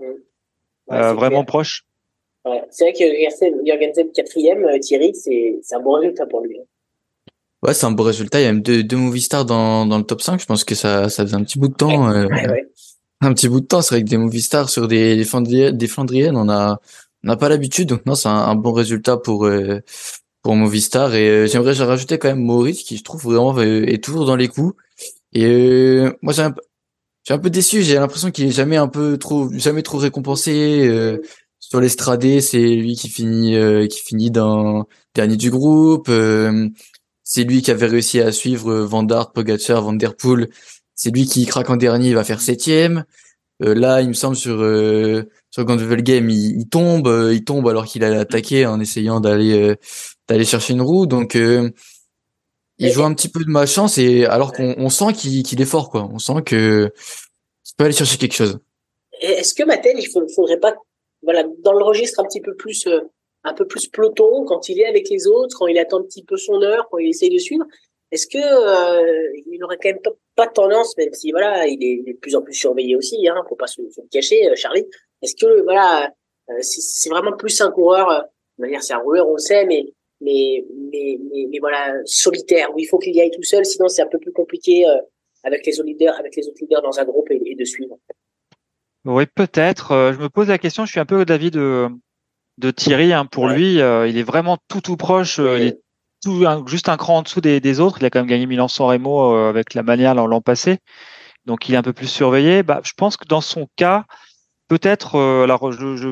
Ouais, euh, c'est clair. vraiment proche. Ouais. C'est vrai que Jorgensen, Jorgensen quatrième, euh, Thierry, c'est, c'est un bon résultat pour lui. Ouais, c'est un beau résultat. Il y a même deux, deux Movistar dans, dans le top cinq. Je pense que ça, ça faisait un petit bout de Ouais, temps. euh, ouais, ouais. un petit bout de temps. C'est vrai que des Movistar sur des, des Flandriennes, des Flandriennes, on a, on n'a pas l'habitude. Donc non, c'est un, un bon résultat pour, euh, pour Movistar. Et euh, j'aimerais rajouter quand même Maurice, qui je trouve vraiment euh, est toujours dans les coups. Et euh, moi, j'ai un, peu- j'ai un peu déçu. J'ai l'impression qu'il est jamais un peu trop, jamais trop récompensé. Euh, sur l'Estradé, c'est lui qui finit, euh, qui finit dans dernier du groupe. Euh, c'est lui qui avait réussi à suivre euh, Van Aert, Pogacar, Van der Poel. C'est lui qui craque en dernier, il va faire septième. Euh, là, il me semble sur euh, sur Gandvel Game, il, il tombe, euh, il tombe alors qu'il allait attaquer en essayant d'aller euh, d'aller chercher une roue. Donc euh, il joue un petit peu de malchance et alors qu'on on sent qu'il qu'il est fort quoi. On sent que qu'il peut aller chercher quelque chose. Est-ce que Mattel, il ne faudrait pas, voilà, dans le registre un petit peu plus, euh, un peu plus peloton, quand il est avec les autres, quand il attend un petit peu son heure, quand il essaye de suivre, est-ce que euh, il n'aurait quand même pas, pas tendance, même si voilà, il est, il est de plus en plus surveillé aussi, hein, faut pas se, se le cacher, euh, Charlie. Est-ce que voilà, euh, c'est, c'est vraiment plus un coureur, euh, de manière c'est un rouleur, on le sait, mais mais mais mais, mais voilà, solitaire, où il faut qu'il y aille tout seul, sinon c'est un peu plus compliqué euh, avec les autres leaders, avec les autres leaders dans un groupe et, et de suivre. Oui, peut-être. Euh, je me pose la question. Je suis un peu d'avis de de Thierry. Hein. Pour Ouais. lui, euh, il est vraiment tout tout proche. euh, il Mmh. est tout un- juste un cran en dessous des, des autres. Il a quand même gagné Milan-San Remo euh, avec la manière l'an l'an passé. Donc il est un peu plus surveillé. Bah, je pense que dans son cas, peut-être. euh, alors je, je, j'ai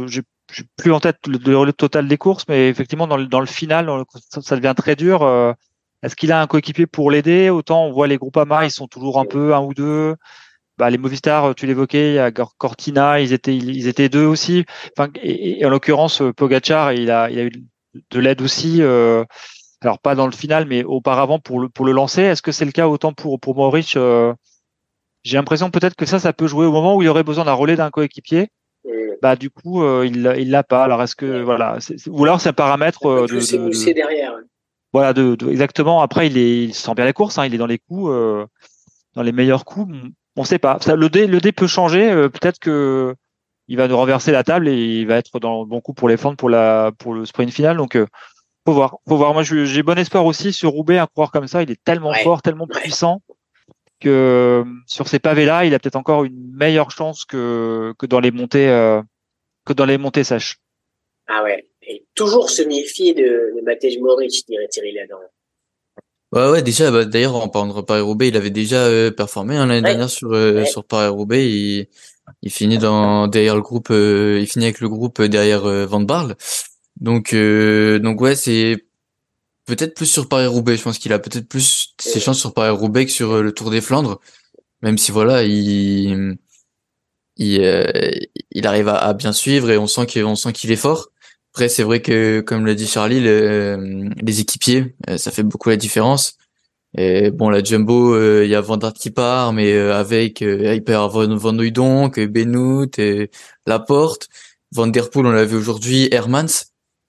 j'ai plus en tête le, le, le total des courses, mais effectivement dans le, dans le final, dans le, ça, ça devient très dur. Euh, est-ce qu'il a un coéquipier pour l'aider? Autant on voit les Groupama, ils sont toujours un peu un ou deux. Bah, les Movistar, tu l'évoquais, il y a Cortina, ils étaient, ils étaient deux aussi. Enfin, et, et en l'occurrence, Pogacar, il a, il a eu de l'aide aussi. Euh, alors pas dans le final, mais auparavant pour le pour le lancer. Est-ce que c'est le cas autant pour pour Maurice? euh, J'ai l'impression peut-être que ça, ça peut jouer au moment où il aurait besoin d'un relais d'un coéquipier. Bah du coup, euh, il il l'a pas. Alors est-ce que voilà, c'est, c'est, ou alors c'est un paramètre euh, de, plus de, de derrière. voilà de, de exactement. Après, il est, il sent bien les courses, hein, il est dans les coups, euh, dans les meilleurs coups. On sait pas. Ça, le dé, le dé peut changer. Euh, peut-être que il va nous renverser la table et il va être dans le bon coup pour les Flandres pour la pour le sprint final. Donc euh, faut voir, faut voir. Moi, je, j'ai bon espoir aussi sur Roubaix. Un coureur comme ça, il est tellement Ouais. fort, tellement Ouais. puissant que euh, sur ces pavés-là, il a peut-être encore une meilleure chance que que dans les montées euh, que dans les montées sèches. Ah ouais. Et toujours se méfier de, de Matej Moric, dirait Thierry Ladan. Ouais, ouais, déjà, bah, d'ailleurs, en parlant de Paris-Roubaix, il avait déjà euh, performé hein, l'année Ouais. dernière sur euh, Ouais. sur Paris-Roubaix. Il, il finit dans derrière le groupe, euh, il finit avec le groupe derrière euh, Van Barle. Donc, euh, donc ouais, c'est peut-être plus sur Paris-Roubaix. Je pense qu'il a peut-être plus ses chances sur Paris-Roubaix que sur euh, le Tour des Flandres. Même si voilà, il il, euh, il arrive à, à bien suivre et on sent qu'il on sent qu'il est fort. Après, c'est vrai que, comme l'a dit Charlie, le- les équipiers, euh, ça fait beaucoup la différence. Et bon, la Jumbo, euh, il y a Van Aert qui part, mais euh, avec, euh, il peut y avoir Van, Van Hooijdonk, euh, Benoot, et Laporte, Van Der Poel, on l'a vu aujourd'hui, Hermans.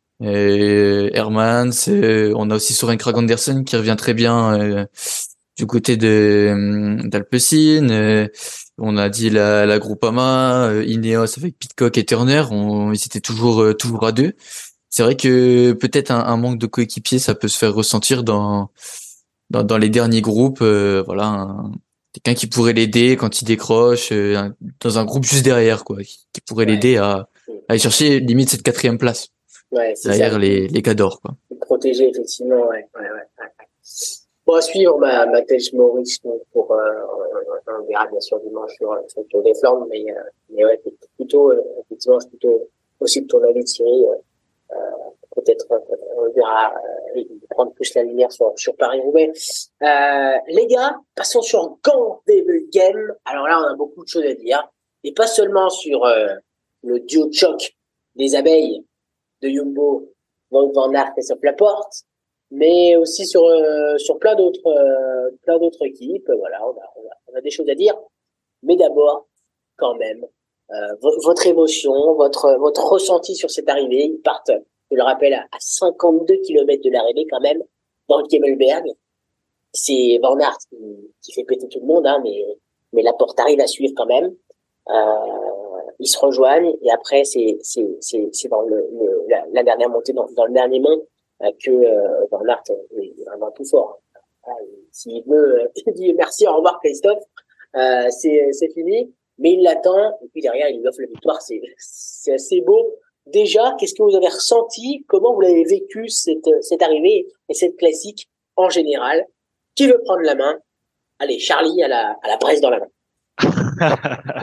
Et Hermans, euh, on a aussi Søren Kragh Andersen qui revient très bien euh, du côté de euh, d'Alpecin. Euh, on a dit la, la Groupama, euh, Ineos avec Pidcock et Turner, on, ils étaient toujours euh, toujours à deux. C'est vrai que peut-être un, un manque de coéquipiers, ça peut se faire ressentir dans dans, dans les derniers groupes. Euh, voilà, un- quelqu'un qui pourrait l'aider quand il décroche, euh, un- dans un groupe juste derrière, quoi, qui, qui pourrait Ouais. l'aider à, à aller chercher limite cette quatrième place Ouais, c'est derrière ça. les les cadors, quoi. Protéger, effectivement, ouais. ouais, ouais, ouais. Bon, à suivre ma, Matej Moric donc pour, euh, on verra bien sûr dimanche sur, sur le Tour des Flandres, mais, euh, mais ouais, plutôt, euh, effectivement, c'est plutôt aussi de ton avis, Thierry, euh, euh, peut-être, euh, on verra, euh, prendre plus la lumière sur, sur Paris-Roubaix. Euh, les gars, passons sur Gand-Wevelgem. Alors là, on a beaucoup de choses à dire, et pas seulement sur, euh, le duo de choc des abeilles de Jumbo, Wout van Aert et Christophe Laporte, mais aussi sur euh, sur plein d'autres euh, plein d'autres équipes. Voilà, on a, on a on a des choses à dire. Mais d'abord, quand même, euh, v- votre émotion, votre votre ressenti sur cette arrivée. Ils partent, je le rappelle, à, à cinquante-deux kilomètres de l'arrivée quand même dans le Kemmelberg. C'est Van Aert qui, qui fait péter tout le monde, hein, mais mais Laporte arrive à suivre quand même. Euh, ils se rejoignent et après c'est c'est c'est c'est dans le, le la, la dernière montée dans, dans le dernier mont euh, que euh, Van Aert est vraiment tout fort. Ah, s'il veut, euh, il dit merci, au revoir Christophe, euh, c'est c'est fini, mais il l'attend et puis derrière il lui offre la victoire. C'est c'est assez beau. Déjà, qu'est-ce que vous avez ressenti? Comment vous l'avez vécu cette cette arrivée et cette classique en général? Qui veut prendre la main? Allez, Charlie à la à la presse dans la main.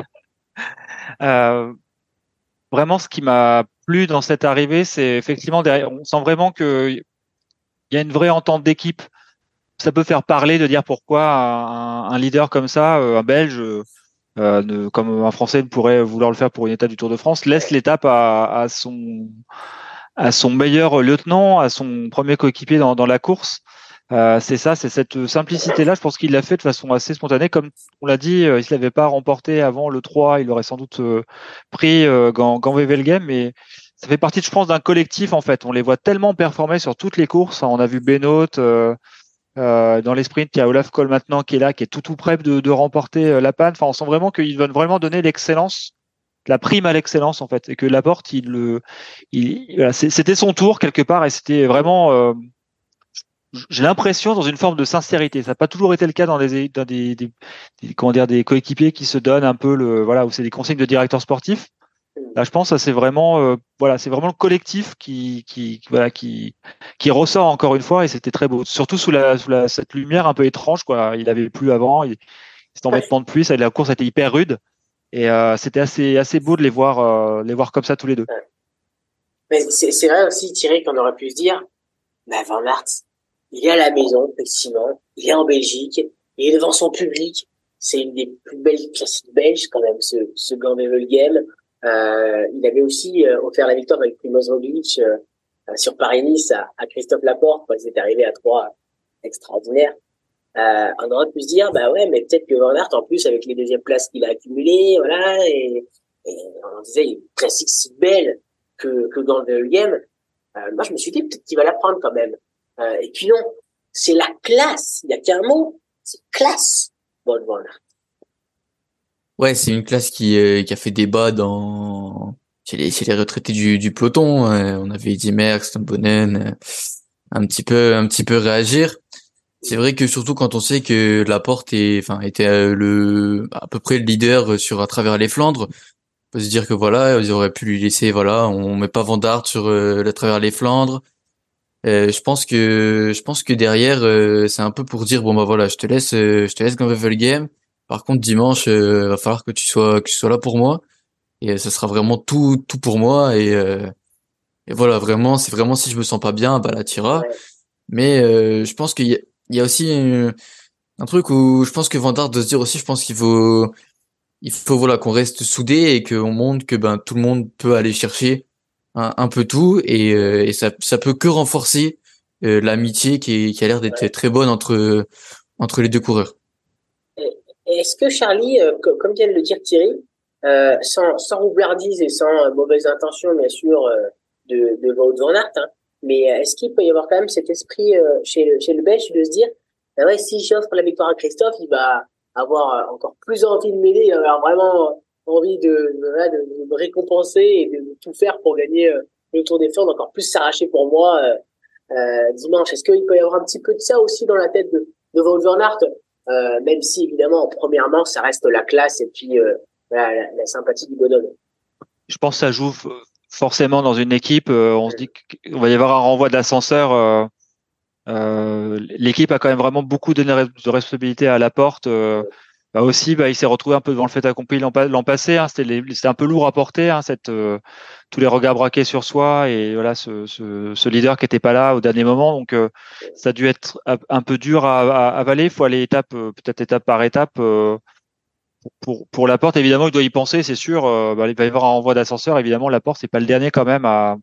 euh, Vraiment, ce qui m'a plu dans cette arrivée, c'est effectivement derrière, on sent vraiment que il y a une vraie entente d'équipe. Ça peut faire parler de dire pourquoi un, un leader comme ça, euh, un Belge, euh, ne, comme un Français ne pourrait vouloir le faire pour une étape du Tour de France, laisse l'étape à, à son à son meilleur lieutenant, à son premier coéquipier dans, dans la course. Euh, c'est ça, c'est cette simplicité-là. Je pense qu'il l'a fait de façon assez spontanée. Comme on l'a dit, euh, il ne l'avait pas remporté avant le trois, il aurait sans doute euh, pris euh, Gand, Gand-Wevelgem, mais ça fait partie, je pense, d'un collectif en fait. On les voit tellement performer sur toutes les courses. On a vu Benoît euh, euh, dans les sprints, il y a Olaf Kohl maintenant qui est là, qui est tout tout prêt de, de remporter euh, la panne. Enfin, on sent vraiment qu'ils veulent vraiment donner l'excellence, la prime à l'excellence en fait, et que Laporte, il le, il, voilà, c'était son tour quelque part et c'était vraiment. Euh, j'ai l'impression dans une forme de sincérité. Ça n'a pas toujours été le cas dans des, dans des, des, des comment dire, des coéquipiers qui se donnent un peu le, voilà, où c'est des consignes de directeur sportif. Là, je pense que c'est vraiment, euh, voilà, c'est vraiment le collectif qui, qui, qui, voilà, qui, qui ressort encore une fois et c'était très beau. Surtout sous la, sous la, cette lumière un peu étrange, quoi. Il avait plu avant, il, c'était en vêtements de pluie, ça, la course était hyper rude et euh, c'était assez, assez beau de les voir, euh, les voir comme ça tous les deux. Mais c'est, c'est vrai aussi, Thierry, qu'on aurait pu se dire, bah, Van Aert, il est à la maison, effectivement, il est en Belgique, il est devant son public, c'est une des plus belles classiques belges, quand même, ce, ce Gand-Wevelgem. Euh, il avait aussi euh, offert la victoire avec Primoz Roglic euh, sur Paris-Nice à, à Christophe Laporte, quand ils étaient arrivés à trois, extraordinaire. Euh, on aurait pu se dire, bah ouais, mais peut-être que Van Aert, en plus, avec les deuxièmes places qu'il a accumulées, voilà, et, et on disait, il y a une classique si belle que, que dans le game. Euh, moi, je me suis dit, peut-être qu'il va la prendre quand même. Euh, et puis non, c'est la classe. Il y a qu'un mot, c'est classe. Bon, Van Aert. Ouais, c'est une classe qui, euh, qui a fait débat dans chez les, chez les retraités du, du peloton. Euh, on avait Eddy Merckx, Tom Bonnen, euh, un petit peu, un petit peu réagir. C'est vrai que surtout quand on sait que Laporte est, enfin, était euh, le, à peu près le leader sur à travers les Flandres, on peut se dire que voilà, ils auraient pu lui laisser, voilà, on met pas Van Aert sur euh, à travers les Flandres. Euh, je pense que, je pense que derrière, euh, c'est un peu pour dire bon bah voilà, je te laisse, euh, je te laisse Game. Par contre, dimanche, euh, va falloir que tu sois, que tu sois là pour moi. Et euh, ça sera vraiment tout, tout pour moi. Et, euh, et voilà, vraiment, c'est vraiment si je me sens pas bien, bah là, t'iras. Ouais. Mais euh, je pense qu'il y a, il y a aussi euh, un truc où je pense que Van Aert doit se dire aussi, je pense qu'il faut, il faut voilà qu'on reste soudés et qu'on montre que ben tout le monde peut aller chercher un, un peu tout et, euh, et ça, ça peut que renforcer euh, l'amitié qui, est, qui a l'air d'être Ouais. très bonne entre entre les deux coureurs. Et, et est-ce que Charlie, euh, co- comme vient de le dire Thierry, euh, sans, sans roublardise et sans euh, mauvaise intention, bien sûr, euh, de, de Wout Van Aert, hein, mais euh, est-ce qu'il peut y avoir quand même cet esprit euh, chez, le, chez le Belge de se dire, ah ouais, si j'offre la victoire à Christophe, il va avoir euh, encore plus envie de m'aider, il va avoir vraiment envie de, de, voilà, de, de me récompenser et de, de tout faire pour gagner euh, le Tour des Flandres, encore plus s'arracher pour moi euh, euh, dimanche. Est-ce qu'il peut y avoir un petit peu de ça aussi dans la tête de, de Wout Van Aert, euh, même si évidemment, premièrement, ça reste la classe et puis euh, voilà, la, la sympathie du bonhomme. Je pense que ça joue f- forcément dans une équipe. Euh, on se dit qu'il va y avoir un renvoi d'ascenseur. Euh, euh, l'équipe a quand même vraiment beaucoup donné de responsabilité à Laporte. Euh, bah aussi, bah, il s'est retrouvé un peu devant le fait accompli l'an, l'an passé. Hein, c'était, les, c'était un peu lourd à porter, hein, cette, euh, tous les regards braqués sur soi et voilà ce, ce, ce leader qui était pas là au dernier moment. Donc, euh, ça a dû être un peu dur à, à avaler. Il faut aller étape, euh, peut-être étape par étape. Euh, pour, pour Laporte, évidemment, il doit y penser, c'est sûr. Euh, bah, il va y avoir un renvoi d'ascenseur. Évidemment, Laporte, c'est pas le dernier quand même à,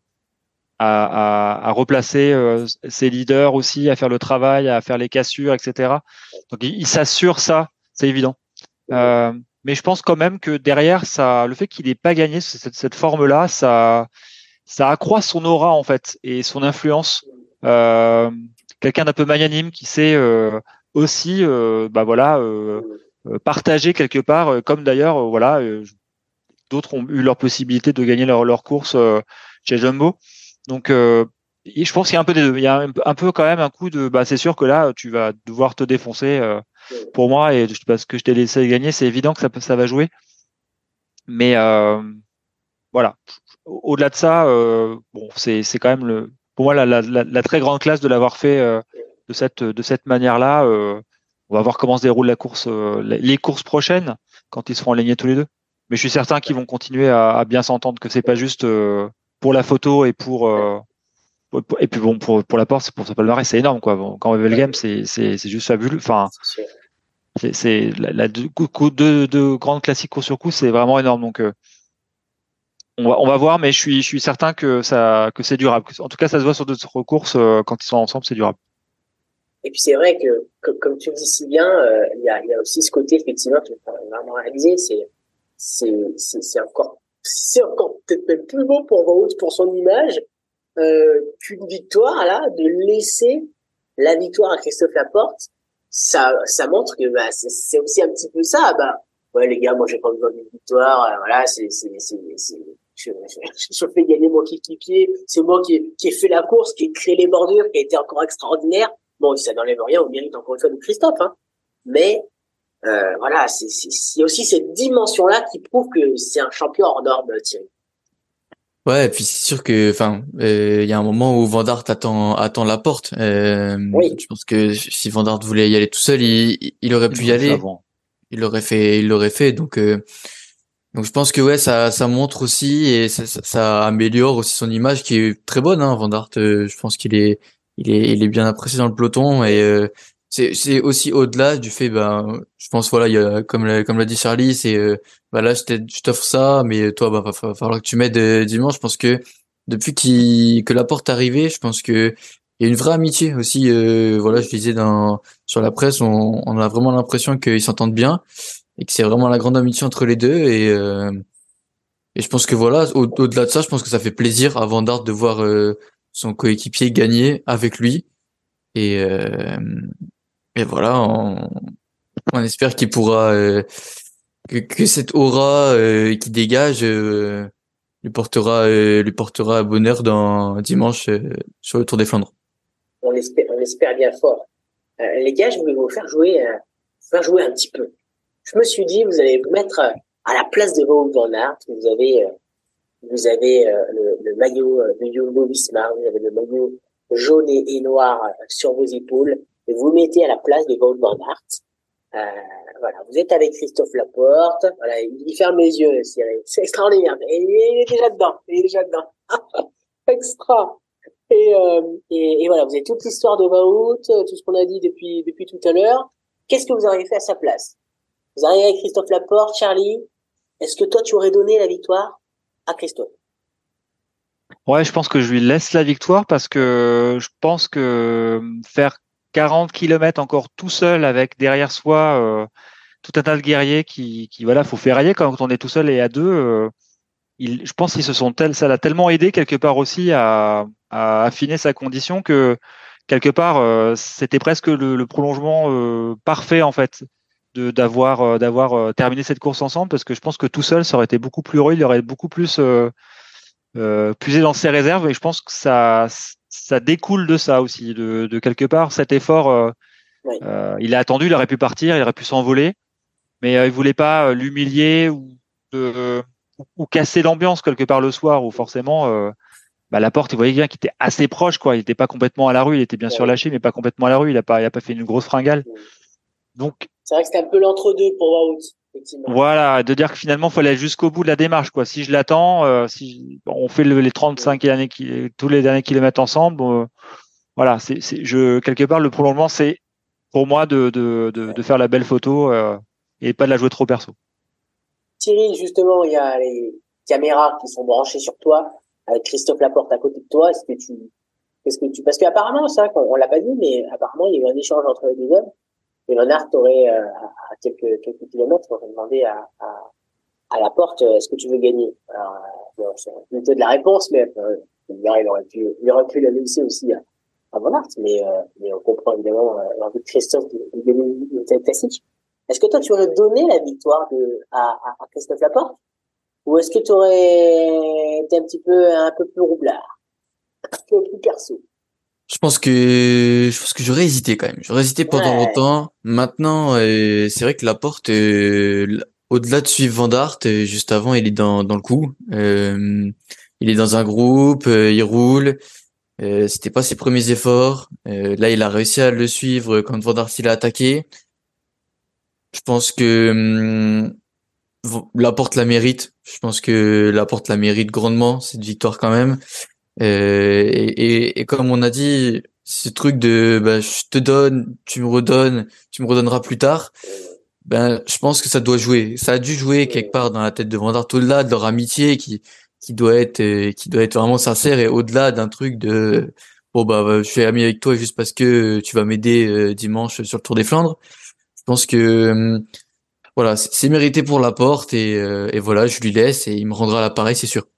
à, à, à replacer euh, ses leaders aussi, à faire le travail, à faire les cassures, et cetera. Donc, il, il s'assure ça, c'est évident. Euh, mais je pense quand même que derrière, ça, le fait qu'il n'ait pas gagné cette, cette forme-là, ça, ça accroît son aura en fait et son influence. Euh, quelqu'un d'un peu magnanime qui sait euh, aussi, euh, bah voilà, euh, euh, partager quelque part, euh, comme d'ailleurs, euh, voilà, euh, d'autres ont eu leur possibilité de gagner leur, leur course euh, chez Jumbo. Donc, euh, et je pense qu'il y a un peu des deux. Il y a un, un peu quand même un coup de, bah c'est sûr que là, tu vas devoir te défoncer. Euh, pour moi, et parce que je t'ai laissé gagner, c'est évident que ça, ça va jouer. Mais euh, voilà. Au-delà de ça, euh, bon, c'est c'est quand même le, pour moi la, la, la, la très grande classe de l'avoir fait euh, de cette de cette manière-là. Euh, on va voir comment se déroule la course, euh, les courses prochaines quand ils seront alignés tous les deux. Mais je suis certain qu'ils vont continuer à, à bien s'entendre, que c'est pas juste euh, pour la photo et pour euh, et puis bon pour pour la porte, pour ce palmarès, c'est énorme quoi. Bon, quand on veut le game, c'est c'est c'est juste fabuleux. Enfin, c'est c'est la, la deux, deux, deux grandes classiques course sur coup, c'est vraiment énorme. Donc euh, on va, on va voir, mais je suis, je suis certain que ça, que c'est durable. En tout cas, ça se voit sur d'autres courses euh, quand ils sont ensemble, c'est durable. Et puis c'est vrai que, comme, comme tu le dis si bien, euh, il y, a, il y a aussi ce côté effectivement qu'il faut vraiment réaliser, c'est, c'est, c'est, c'est encore, c'est encore peut-être même plus beau pour Wout, pour son image, euh, qu'une victoire là, de laisser la victoire à Christophe Laporte. Ça, ça montre que bah c'est, c'est aussi un petit peu ça. Bah ouais les gars, moi j'ai pas besoin d'une victoire. Euh, voilà, c'est, c'est, c'est, c'est je, je, je fais gagner mon équipier. C'est moi qui ai, qui ai fait la course, qui ai créé les bordures, qui a été encore extraordinaire. Bon, ça n'enlève rien au mérite encore une fois de Christophe, hein. Mais euh, voilà, c'est, c'est, c'est aussi cette dimension-là qui prouve que c'est un champion hors norme, Thierry. Ouais, et puis c'est sûr que, enfin, euh, il y a un moment où Van Aert attend, attend la porte. Euh, Oui. je pense que si Van Aert voulait y aller tout seul, il, il aurait Il pu y l'aurait fait aller. avant. Il l'aurait fait, il l'aurait fait. Donc, euh, Donc je pense que ouais, ça, ça montre aussi et ça, ça, ça améliore aussi son image qui est très bonne. Hein, Van Aert, euh, je pense qu'il est, il est, il est bien apprécié dans le peloton et euh, c'est, c'est aussi au-delà du fait, ben, je pense voilà, il y a comme l'a, comme l'a dit Charlie, c'est, euh, bah là je t'ai- je t'offre ça, mais toi, bah va, va falloir que tu m'aides euh, dimanche. Je pense que depuis qu'il, que Laporte est arrivé, je pense que il y a une vraie amitié aussi. Euh, voilà, je disais dans sur la presse, on, on a vraiment l'impression qu'ils s'entendent bien et que c'est vraiment la grande amitié entre les deux et euh, et je pense que voilà, au- au-delà de ça, je pense que ça fait plaisir à Van Aert de voir euh, son coéquipier gagner avec lui et euh, et voilà, on, on espère qu'il pourra euh, que, que cette aura euh, qui dégage euh, lui portera euh, lui portera bonheur dans dimanche euh, sur le Tour des Flandres. On espère, on espère bien fort. Euh, les gars, je voulais vous faire jouer, euh, faire jouer un petit peu. Je me suis dit, vous allez vous mettre euh, à la place de Wout van Aert. Vous avez, euh, vous avez euh, le, le maillot euh, de Jumbo-Visma, vous avez le maillot jaune et, et noir euh, sur vos épaules, et vous vous mettez à la place de Wout van Aert. Euh, voilà, vous êtes avec Christophe Laporte. Voilà, il, il ferme les yeux, Cyril. C'est extraordinaire. Et il est déjà dedans. Il est déjà dedans. Extra. Et, euh, et, et voilà, vous avez toute l'histoire de Wout, tout ce qu'on a dit depuis depuis tout à l'heure. Qu'est-ce que vous auriez fait à sa place? Vous arrivez avec Christophe Laporte, Charlie. Est-ce que toi, tu aurais donné la victoire à Christophe? Ouais, je pense que je lui laisse la victoire parce que je pense que faire quarante kilomètres encore tout seul avec derrière soi euh, tout un tas de guerriers qui, qui voilà, faut ferrailler quand on est tout seul et à deux. Euh, il, je pense qu'ils se sont tel, ça l'a tellement aidé quelque part aussi à, à affiner sa condition que quelque part euh, c'était presque le, le prolongement euh, parfait en fait de d'avoir euh, d'avoir euh, terminé cette course ensemble parce que je pense que tout seul ça aurait été beaucoup plus heureux, il aurait beaucoup plus euh, euh, puiser dans ses réserves et je pense que ça ça découle de ça aussi de, de quelque part cet effort euh, Oui. euh, il a attendu, il aurait pu partir, il aurait pu s'envoler mais euh, il voulait pas euh, l'humilier ou, euh, ou, ou casser l'ambiance quelque part le soir où forcément euh, bah, Laporte il voyait bien qu'il était assez proche quoi, il était pas complètement à la rue, il était bien sûr Oui. lâché mais pas complètement à la rue, il a pas il a pas fait une grosse fringale donc C'est vrai que c'était un peu l'entre-deux pour Wout, effectivement. voilà, de dire que finalement, il faut aller jusqu'au bout de la démarche, quoi. Si je l'attends, euh, si on fait le, les trente-cinq derniers, tous les derniers kilomètres ensemble, euh, voilà, c'est, c'est, je, quelque part, le prolongement, c'est pour moi de, de, de, de faire la belle photo euh, et pas de la jouer trop perso. Cyril, justement, il y a les caméras qui sont branchées sur toi, avec Christophe Laporte à côté de toi. Est-ce que tu, est-ce que tu, parce qu'apparemment, ça, on l'a pas dit, mais apparemment, il y a eu un échange entre les deux hommes. Et Van Aert aurait, euh, à quelques, quelques kilomètres, aurait demandé à, à, à Laporte, euh, est-ce que tu veux gagner? Alors, euh, bon, c'est plutôt de la réponse, mais euh, il aurait pu, il aurait pu la laisser aussi à, à Van Aert, mais, euh, mais on comprend évidemment euh, l'envie de Christophe de, de gagner une telle classique. Est-ce que toi, tu aurais donné la victoire de, à, à, à Christophe Laporte? Ou est-ce que tu aurais été un petit peu, un peu plus roublard? Un peu plus perso? Je pense que je pense que j'aurais hésité quand même. J'aurais hésité pendant Ouais. longtemps. Maintenant, euh, c'est vrai que Laporte, euh, l- au-delà de suivre Van Aert, euh, juste avant, il est dans dans le coup. Euh, il est dans un groupe, euh, il roule. Euh, c'était pas ses premiers efforts. Euh, là, il a réussi à le suivre quand Van Aert il a attaqué. Je pense que hum, Van- Laporte la mérite. Je pense que Laporte la mérite grandement cette victoire quand même. Euh, et, et, et comme on a dit, ce truc de bah, je te donne, tu me redonnes, tu me redonneras plus tard, ben je pense que ça doit jouer. Ça a dû jouer quelque part dans la tête de Van Aert, au-delà de leur amitié qui qui doit être euh, qui doit être vraiment sincère et au-delà d'un truc de bon bah bah, je suis ami avec toi juste parce que tu vas m'aider euh, dimanche sur le Tour des Flandres. Je pense que euh, voilà, c'est c'est mérité pour Laporte et euh, et voilà, je lui laisse et il me rendra l'appareil, c'est sûr.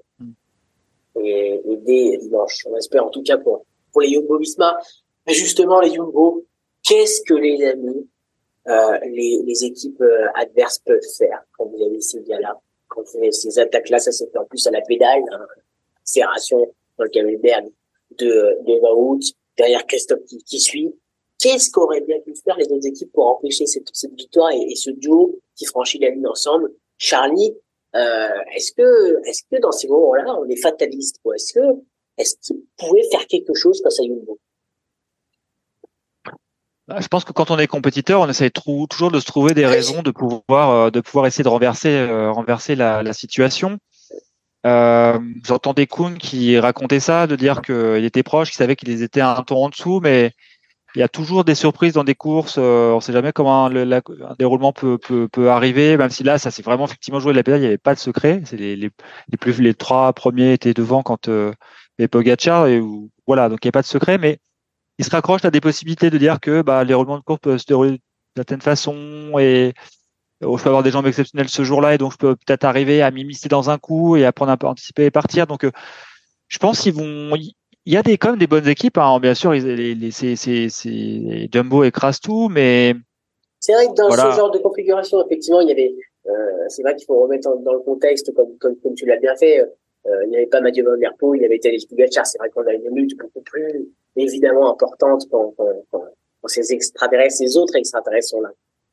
Et, et dès dimanche. On espère en tout cas pour, pour les Jumbo-Visma. Mais justement, les Jumbo, qu'est-ce que les amis, euh, les, les équipes euh, adverses peuvent faire quand vous avez ces gars-là, quand vous avez ces attaques-là, ça se fait en plus à la pédale, hein, accélération dans le Camelberg de, de Wout, derrière Christophe qui, qui suit. Qu'est-ce qu'auraient bien pu faire les autres équipes pour empêcher cette, cette victoire et, et ce duo qui franchit la ligne ensemble? Charlie, euh, est-ce que, est-ce que dans ces moments-là, on est fataliste, quoi? Est-ce que, est-ce qu'ils pouvaient faire quelque chose face à Jumbo? Je pense que quand on est compétiteur, on essaie trou- toujours de se trouver des raisons de pouvoir, euh, de pouvoir essayer de renverser, euh, renverser la, la situation. Euh, j'entendais Kuhn qui racontait ça, de dire qu'il était proche, qu'il savait qu'ils étaient un ton en dessous, mais il y a toujours des surprises dans des courses. Euh, on ne sait jamais comment le, la- un déroulement peut, peut, peut arriver, même si là, ça s'est vraiment effectivement joué de la pédale, il n'y avait pas de secret. C'est les, les, les, plus, les trois premiers étaient devant quand euh, les Pogacar, et où- voilà, donc il n'y a pas de secret, mais il se raccroche à des possibilités de dire que bah, les roulements de course peuvent se dérouler d'une certaine façon et oh, je peux avoir des jambes exceptionnelles ce jour-là et donc je peux peut-être arriver à m'immiscer dans un coup et à prendre un peu anticiper et partir. Donc euh, je pense qu'ils vont. Il y a des quand même des bonnes équipes. Hein. Bien sûr, ils, les, les, c'est, c'est, c'est Jumbo écrase tout, mais C'est vrai que dans ce voilà. genre de configuration, effectivement, il y avait, euh, c'est vrai qu'il faut remettre en- dans le contexte, comme, comme, comme tu l'as bien fait, euh, il n'y avait pas Mathieu Van Der Poel, il y avait Tadej Pogacar. C'est vrai qu'on a une lutte beaucoup plus, évidemment, importante quand, quand, quand, quand ces extraterrestres, ces autres extraterrestres sont là.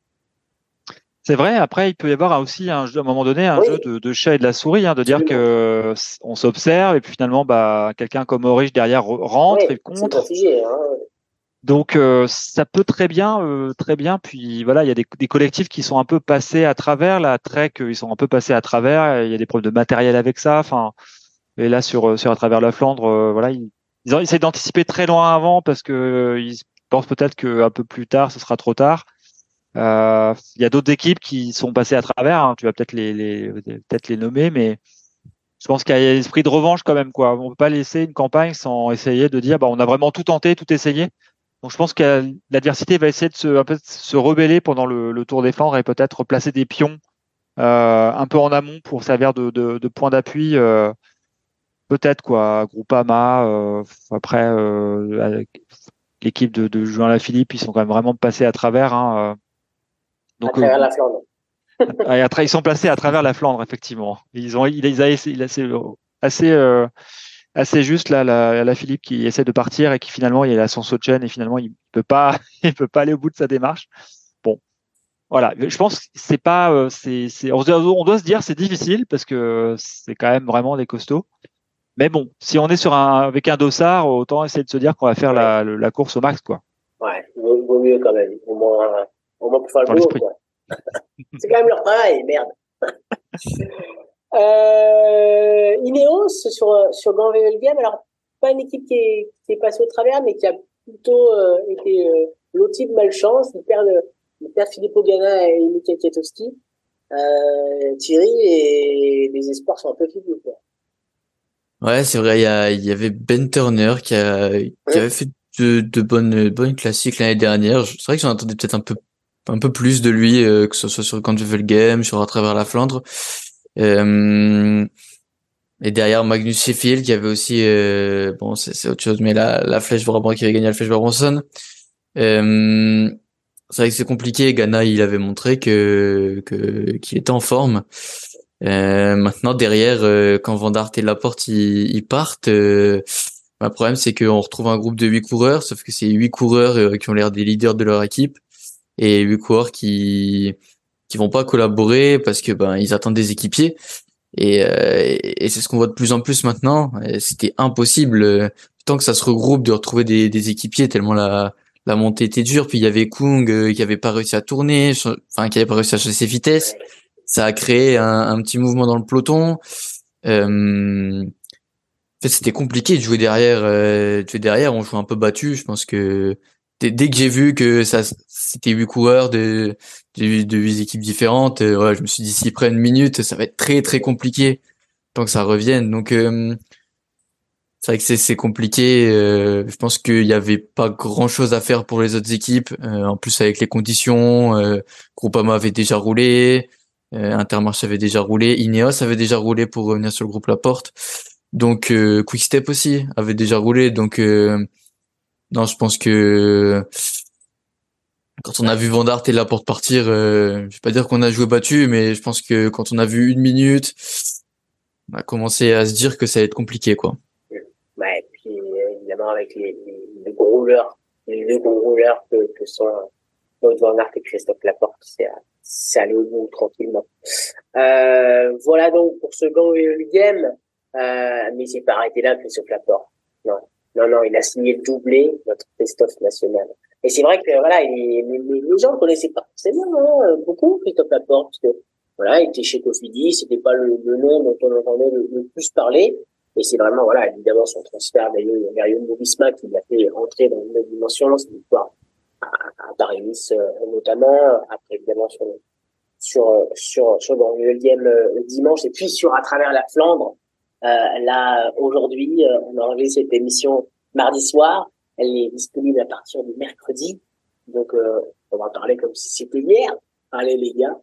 C'est vrai. Après, il peut y avoir aussi un jeu, à un moment donné un Oui, jeu de, de chat et de la souris, hein, de dire absolument. que on s'observe et puis finalement, bah, quelqu'un comme Maurice derrière re- Oui, rentre et c'est pas contre. figé, hein. Donc euh, ça peut très bien, euh, très bien. Puis voilà, il y a des, des collectifs qui sont un peu passés à travers la Trek, euh, ils sont un peu passés à travers. Il y a des problèmes de matériel avec ça. Enfin, et là sur euh, sur à travers la Flandre, euh, voilà, ils, ils ont essayé d'anticiper très loin avant parce que euh, ils pensent peut-être qu'un peu plus tard, ce sera trop tard. Euh, Il y a d'autres équipes qui sont passées à travers. Hein, tu vas peut-être les, les peut-être les nommer, mais je pense qu'il y a l'esprit de revanche quand même, quoi. On peut pas laisser une campagne sans essayer de dire, bah, on a vraiment tout tenté, tout essayé. Donc je pense que l'adversité va essayer de se, un peu de se rebeller pendant le, le Tour des Flandres et peut-être placer des pions euh, un peu en amont pour servir de, de, de point d'appui. Euh, peut-être quoi, Groupama. Euh, après, euh, avec l'équipe de, de Julien Lafilippe, ils sont quand même vraiment passés à travers. Hein, euh. À donc euh, travers la Flandre. et après, ils sont placés à travers la Flandre, effectivement. Ils ont, il, ils a, il a, c'est assez, euh, assez juste là, la, la Philippe qui essaie de partir et qui finalement il a son saut de chaîne et finalement il peut pas, il peut pas aller au bout de sa démarche. Bon, voilà. Je pense que c'est pas, euh, c'est, c'est, on doit, on doit se dire c'est difficile parce que c'est quand même vraiment des costauds. Mais bon, si on est sur un, avec un dossard, autant essayer de se dire qu'on va faire Ouais, la, la course au max, quoi, ouais, vaut, vaut mieux quand même. Au moins, au moins pour faire le dans boulot, l'esprit. quoi. C'est quand même leur travail, merde. Euh, Ineos sur, sur Grand Game, alors pas une équipe qui est, qui est passée au travers, mais qui a plutôt euh, été euh, lotie de malchance. Ils perdent, ils perdent Filippo Ganna et Mika Kiatowski. Euh, Thierry, et les espoirs sont un peu fidèles, quoi. Ouais, c'est vrai, il y a, il y avait Ben Turner qui a, qui Hum, avait fait de, de bonnes, bonnes classiques l'année dernière. C'est vrai que j'en attendais peut-être un peu, un peu plus de lui, euh, que ce soit sur le Camp de Game, sur à travers la Flandre. Euh, et derrière Magnus Sheffield qui avait aussi, euh, bon, c'est, c'est autre chose, mais la, la Flèche Brabant qui avait gagné la Flèche Brabançonne. Euh, c'est vrai que c'est compliqué. Ghana, il avait montré que, que, qu'il était en forme. Euh, maintenant, derrière, euh, quand Van Aert et Laporte ils, ils partent, euh, le problème c'est qu'on retrouve un groupe de huit coureurs, sauf que c'est huit coureurs euh, qui ont l'air des leaders de leur équipe et huit coureurs qui qui vont pas collaborer parce que ben ils attendent des équipiers et, euh, et, et c'est ce qu'on voit de plus en plus maintenant. Et c'était impossible euh, tant que ça se regroupe de retrouver des, des équipiers tellement la la montée était dure. Puis il y avait Kung euh, qui avait pas réussi à tourner, enfin qui avait pas réussi à chercher ses vitesses. ouais. Ça a créé un, un petit mouvement dans le peloton. Euh, en fait, c'était compliqué de jouer derrière. Euh, de jouer derrière, on jouait un peu battu. Je pense que dès, dès que j'ai vu que ça, c'était huit coureurs de de, de huit équipes différentes, euh, ouais, je me suis dit s'ils prennent une minute, ça va être très très compliqué tant que ça revienne. Donc euh, c'est vrai que c'est c'est compliqué. Euh, je pense qu'il y avait pas grand chose à faire pour les autres équipes. Euh, en plus avec les conditions, euh, Groupama avait déjà roulé, euh, Intermarché avait déjà roulé, Ineos avait déjà roulé pour revenir sur le groupe Laporte. Donc euh, Quickstep aussi avait déjà roulé. Donc euh, non, je pense que quand on a vu Van Aert et Laporte partir, euh, je vais pas dire qu'on a joué battu, mais je pense que quand on a vu une minute, on a commencé à se dire que ça allait être compliqué, quoi. Ouais, puis euh, évidemment avec les, les, les gros rouleurs, les deux gros rouleurs que, que sont Wout van Aert et Christophe Laporte, c'est, c'est aller au bout tranquillement. Euh, voilà donc pour ce Grand Game, euh, mais il s'est pas arrêté là, Christophe Laporte. Non, non, non, il a signé le doublé, notre Christophe national. Et c'est vrai que voilà, il, les, les gens le connaissaient pas forcément, hein, beaucoup, Christophe Laporte, parce que voilà, il était chez Cofidis, c'était pas le, le nom dont on entendait le, le plus parler. Et c'est vraiment, voilà, évidemment, son transfert vers Jumbo-Visma qui l'a fait entrer dans une autre dimension, c'est l'histoire à, à Paris-Nice euh, notamment, après évidemment sur le, sur, sur, sur dans le neuvième euh, dimanche, et puis sur à travers la Flandre. Euh, là, aujourd'hui, euh, on a enregistré cette émission mardi soir. Elle est disponible à partir du mercredi. Donc, euh, on va en parler comme si c'était hier. Allez, les gars.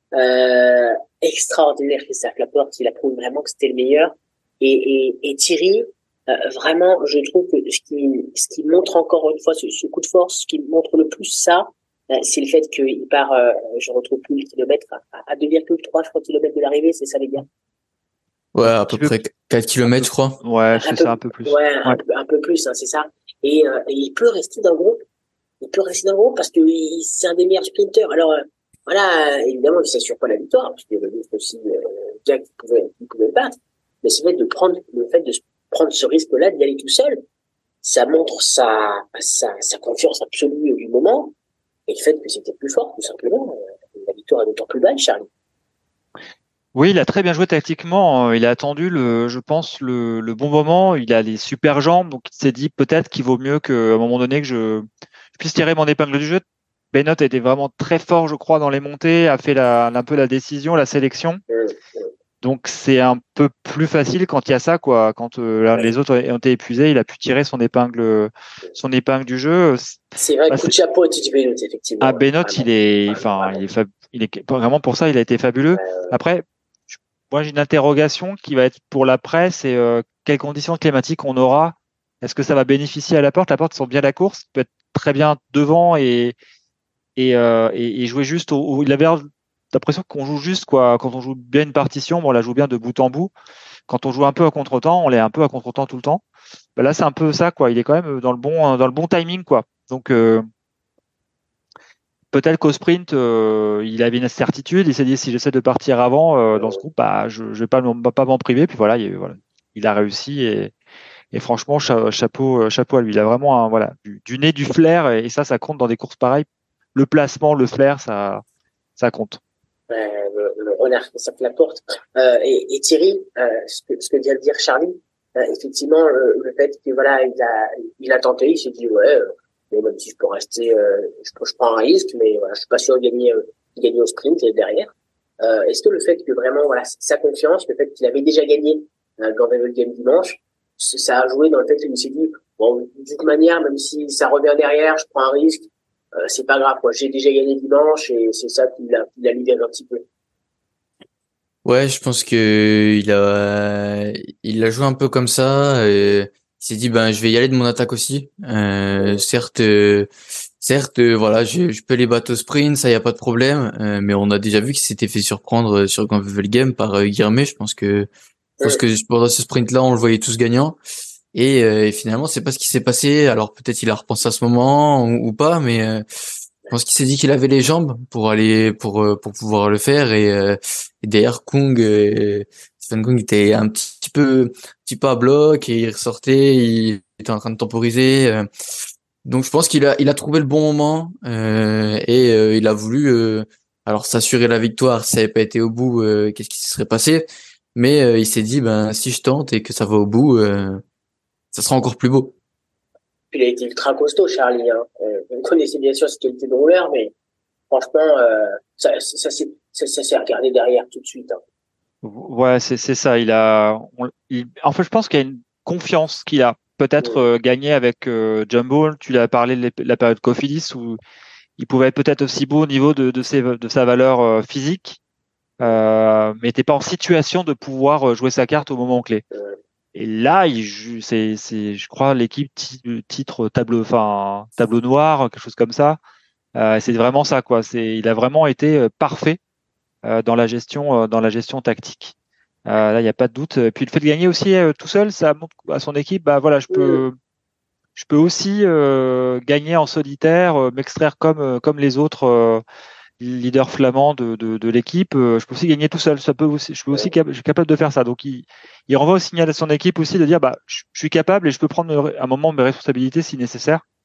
Euh, extraordinaire, Christophe Laporte. Il a prouvé vraiment que c'était le meilleur. Et, et, et Thierry, euh, vraiment, je trouve que ce qui, ce qui montre encore une fois ce, ce coup de force, ce qui montre le plus ça, euh, c'est le fait qu'il part, euh, je retrouve plus le kilomètre, à, à deux virgule trois, je crois, kilomètres de l'arrivée, c'est ça, les gars? Ouais, à peu près quatre kilomètres, je crois. Ouais, c'est ça, un peu plus. Ouais, ouais. Un, un peu plus, hein, c'est ça. Et, euh, et il peut rester dans le groupe. Il peut rester dans le groupe parce que il, c'est un des meilleurs sprinteurs. Alors, euh, voilà, évidemment, il s'assure pas la victoire, parce qu'il y avait aussi euh, Jack qui pouvait, qui pouvait le battre. Mais c'est vrai de prendre, le fait de prendre ce risque-là, d'y aller tout seul, ça montre sa, sa, sa confiance absolue du moment, et le fait que c'était plus fort, tout simplement. La victoire est d'autant plus belle, Charlie. Oui, il a très bien joué tactiquement. Il a attendu, le, je pense, le, le bon moment. Il a les super jambes, donc il s'est dit peut-être qu'il vaut mieux qu'à un moment donné que je, je puisse tirer mon épingle du jeu. Benoît a été vraiment très fort, je crois, dans les montées, a fait la, un peu la décision, la sélection. Donc c'est un peu plus facile quand il y a ça, quoi. Quand euh, les autres ont été épuisés, il a pu tirer son épingle, son épingle du jeu. C'est vrai, bah, coup de chapeau à Titi Benoît, effectivement. Ah, Benoît, il est, enfin, il est, fab... il est vraiment pour ça, il a été fabuleux. Après, moi, j'ai une interrogation qui va être pour la presse et euh, quelles conditions climatiques on aura. Est-ce que ça va bénéficier à Laporte? Laporte sent bien la course, peut être très bien devant et et, euh, et, et jouer juste. Au, au, il avait l'impression qu'on joue juste, quoi. Quand on joue bien une partition, bon, on la joue bien de bout en bout. Quand on joue un peu à contre-temps, on l'est un peu à contre-temps tout le temps. Ben là, c'est un peu ça, quoi. Il est quand même dans le bon dans le bon timing, quoi. Donc euh, peut-être qu'au sprint, euh, il avait une certitude. Il s'est dit si j'essaie de partir avant euh, dans ce groupe, bah, je ne vais pas, pas m'en priver. Puis voilà, il, voilà, il a réussi et, et franchement, cha chapeau, chapeau à lui. Il a vraiment un, voilà, du, du nez, du flair et, et ça, ça compte dans des courses pareilles. Le placement, le flair, ça, ça compte. Euh, le, le renard, ça te Laporte. Euh, et, et Thierry, euh, ce, que, ce que vient de dire Charlie, euh, effectivement, le, le fait que voilà, il a, il a tenté, il s'est dit ouais. Euh, Mais même si je peux rester, euh, je, peux, je prends un risque, mais voilà, je suis pas sûr de gagner, euh, de gagner au sprint derrière. Euh, est-ce que le fait que vraiment, voilà, sa confiance, le fait qu'il avait déjà gagné euh, dans le game dimanche, ça a joué dans le fait qu'il s'est dit, bon, de toute manière, même si ça revient derrière, je prends un risque, euh, c'est pas grave, quoi. J'ai déjà gagné dimanche et c'est ça qui l'a, qui l'a libéré un petit peu. Ouais, je pense que il a, il a joué un peu comme ça. Et il s'est dit ben je vais y aller de mon attaque aussi. Euh, certes, euh, certes, euh, voilà, je, je peux les battre au sprint, ça y a pas de problème. Euh, mais on a déjà vu qu'il s'était fait surprendre sur Grand Game par euh, Guilhermet. Je pense que, je pense que pendant ce sprint-là, on le voyait tous gagnant. Et, euh, et finalement, c'est pas ce qui s'est passé. Alors peut-être il a repensé à ce moment ou, ou pas, mais euh, je pense qu'il s'est dit qu'il avait les jambes pour aller pour pour pouvoir le faire. Et, euh, et d'ailleurs, Kung, euh, Stephen Kung était un petit peu, un petit peu à bloc et il ressortait, il était en train de temporiser. Euh, donc je pense qu'il a il a trouvé le bon moment euh, et euh, il a voulu euh, alors s'assurer la victoire. Si ça n'avait pas été au bout, euh, qu'est-ce qui se serait passé? Mais euh, il s'est dit ben si je tente et que ça va au bout. Euh, ça sera encore plus beau. Il a été ultra costaud, Charlie. Hein. Euh, on connaissait bien sûr ce qualité de rouleur, mais franchement, euh, ça, ça, ça, ça, ça s'est regardé derrière tout de suite. Hein. Ouais, c'est c'est ça. Il a, on, il, en fait, je pense qu'il y a une confiance qu'il a peut-être euh, gagné avec euh, Jumbo. Tu l'as parlé de la période Cofidis où il pouvait être peut-être aussi beau au niveau de, de, ses, de sa valeur euh, physique, euh, mais n'était pas en situation de pouvoir jouer sa carte au moment clé. Et là, il c'est, c'est, je crois, l'équipe titre tableau, enfin tableau noir, quelque chose comme ça. Euh, c'est vraiment ça, quoi. C'est, il a vraiment été parfait euh, dans la gestion, euh, dans la gestion tactique. Euh, là, il n'y a pas de doute. Et puis le fait de gagner aussi euh, tout seul, ça montre à son équipe, bah voilà, je peux, je peux aussi euh, gagner en solitaire, euh, m'extraire comme euh, comme les autres. Euh, leader flamand de, de, de l'équipe, euh, je peux aussi gagner tout seul. Ça peut aussi, je peux aussi, je suis capable de faire ça. Donc, il, il renvoie au signal à son équipe aussi de dire, bah, je, je suis capable et je peux prendre un moment mes responsabilités si nécessaire.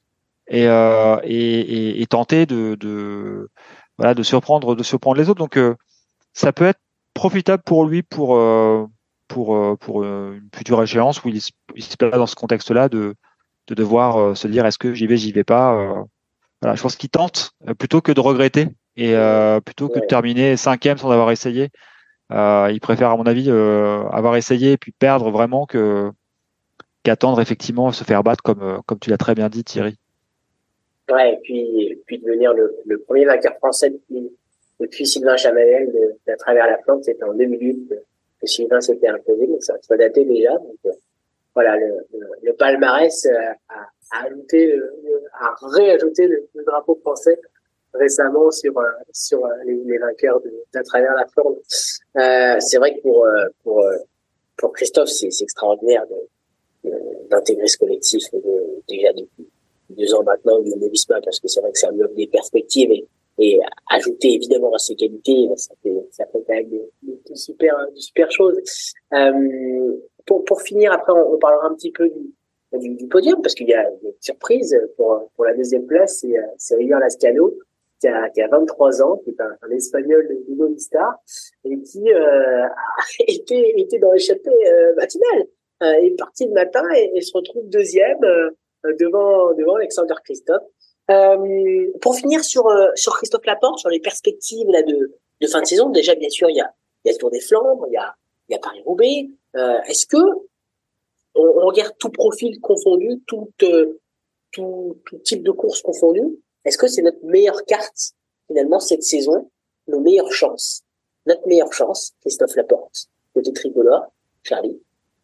et, euh, et, et, et tenter de, de, voilà, de surprendre, de surprendre les autres. Donc, euh, ça peut être profitable pour lui pour, euh, pour, euh, pour euh, une future échéance où il, se- il se place dans ce contexte-là de, de devoir euh, se dire est-ce que j'y vais, j'y vais pas. euh. Voilà, je pense qu'il tente euh, plutôt que de regretter et euh, plutôt que de Ouais. terminer cinquième sans avoir essayé. Euh, il préfère, à mon avis, euh, avoir essayé et puis perdre vraiment que qu'attendre effectivement se faire battre comme, euh, comme tu l'as très bien dit, Thierry. Ouais, et puis, et puis devenir le, le premier vainqueur français depuis, depuis Sylvain Chavanel de, de travers la Flandre, c'était en deux mille huit que, que Sylvain s'était imposé, donc ça, ça datait déjà. Donc, euh, voilà, le, le, le palmarès euh, a, a ajouté, le, le- a réajouté le, le drapeau français récemment sur euh, sur euh, les, les vainqueurs de, d'à travers la Flandre. Euh, c'est vrai que pour euh, pour euh, pour Christophe, c'est, c'est extraordinaire de, de, d'intégrer ce collectif de, déjà depuis deux ans maintenant du Movisma, parce que c'est vrai que ça lui offre des perspectives et, et ajouter évidemment à ses qualités, ça fait, ça fait quand même de, de, de super, de super choses. Euh, pour, pour finir, après, on, on parlera un petit peu du, du, du podium, parce qu'il y a une surprise pour, pour la deuxième place, c'est, c'est Rivière Lascano, qui a, qui a vingt-trois ans, qui est un, un espagnol de Movistar, et qui euh, était, était dans l'échappée euh, matinale, euh, est parti le matin et, et se retrouve deuxième, euh, devant devant Alexander Christophe. Euh, pour finir sur euh, sur Christophe Laporte, sur les perspectives là de de fin de saison, déjà bien sûr il y a il y a le Tour des Flandres, il y a il y a Paris-Roubaix. Euh, est-ce que on, on regarde tout profil confondu, tout euh, tout tout type de course confondu, est-ce que c'est notre meilleure carte finalement cette saison, nos meilleures chances, notre meilleure chance, Christophe Laporte, côté tricolore, Charlie?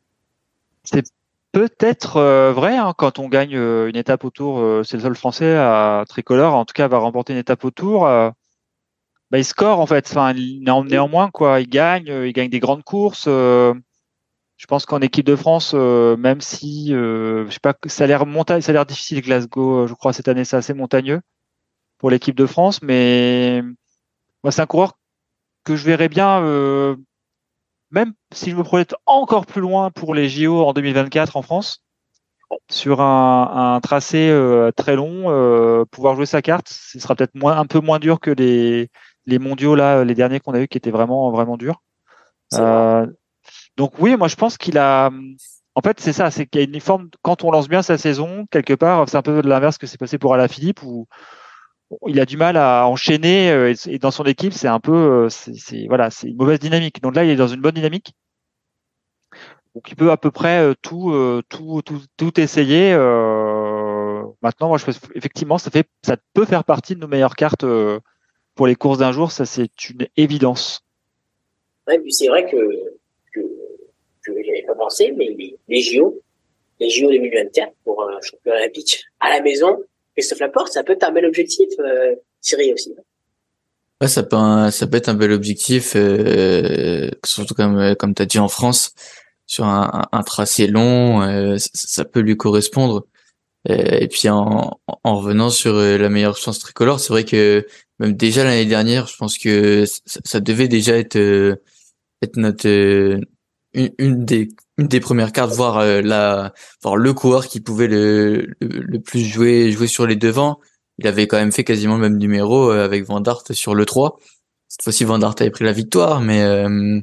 C'est peut-être euh, vrai hein, quand on gagne euh, une étape au Tour, euh, c'est le seul Français à tricolore, en tout cas va remporter une étape au Tour. Euh, bah, il score en fait. Enfin, néan- néanmoins quoi, il gagne, euh, il gagne des grandes courses. euh, je pense qu'en équipe de France, euh, même si euh, je sais pas, ça a l'air monta- ça a l'air difficile Glasgow. euh, Je crois cette année c'est assez montagneux pour l'équipe de France, mais moi c'est un coureur que je verrais bien. Euh, même si je me projette encore plus loin pour les J O en deux mille vingt-quatre en France, sur un, un tracé euh, très long, euh, pouvoir jouer sa carte, ce sera peut-être moins, un peu moins dur que les, les mondiaux là, les derniers qu'on a eu qui étaient vraiment vraiment durs. C'est vrai. Euh, donc oui, moi je pense qu'il a, en fait c'est ça, c'est qu'il y a une forme quand on lance bien sa saison quelque part, c'est un peu de l'inverse que c'est passé pour Alaphilippe où il a du mal à enchaîner euh, et, et dans son équipe c'est un peu, euh, c'est, c'est voilà, c'est une mauvaise dynamique. Donc là il est dans une bonne dynamique. Donc il peut à peu près euh, tout, euh, tout, tout, tout essayer. Euh, maintenant, moi, je pense, effectivement, ça fait, ça peut faire partie de nos meilleures cartes euh, pour les courses d'un jour. Ça, c'est une évidence. Ouais, puis c'est vrai que, que, que j'avais pas pensé, mais les, les J O, les J O deux mille vingt-quatre pour un championnat olympique à la maison, Christophe Laporte, ça peut être un bel objectif, euh, Thierry aussi. Ouais, ça peut, un- ça peut être un bel objectif, euh, surtout comme, comme tu as dit en France, sur un, un tracé long, euh, ça, ça peut lui correspondre. Euh, Et puis en, en revenant sur euh, la meilleure chance tricolore, c'est vrai que même déjà l'année dernière, je pense que ça, ça devait déjà être, euh, être notre euh, une, une des une des premières cartes, voire euh, la voire le coureur qui pouvait le, le le plus jouer jouer sur les devants. Il avait quand même fait quasiment le même numéro euh, avec Van Aert sur le trois. Cette fois-ci, Van Aert avait pris la victoire, mais euh,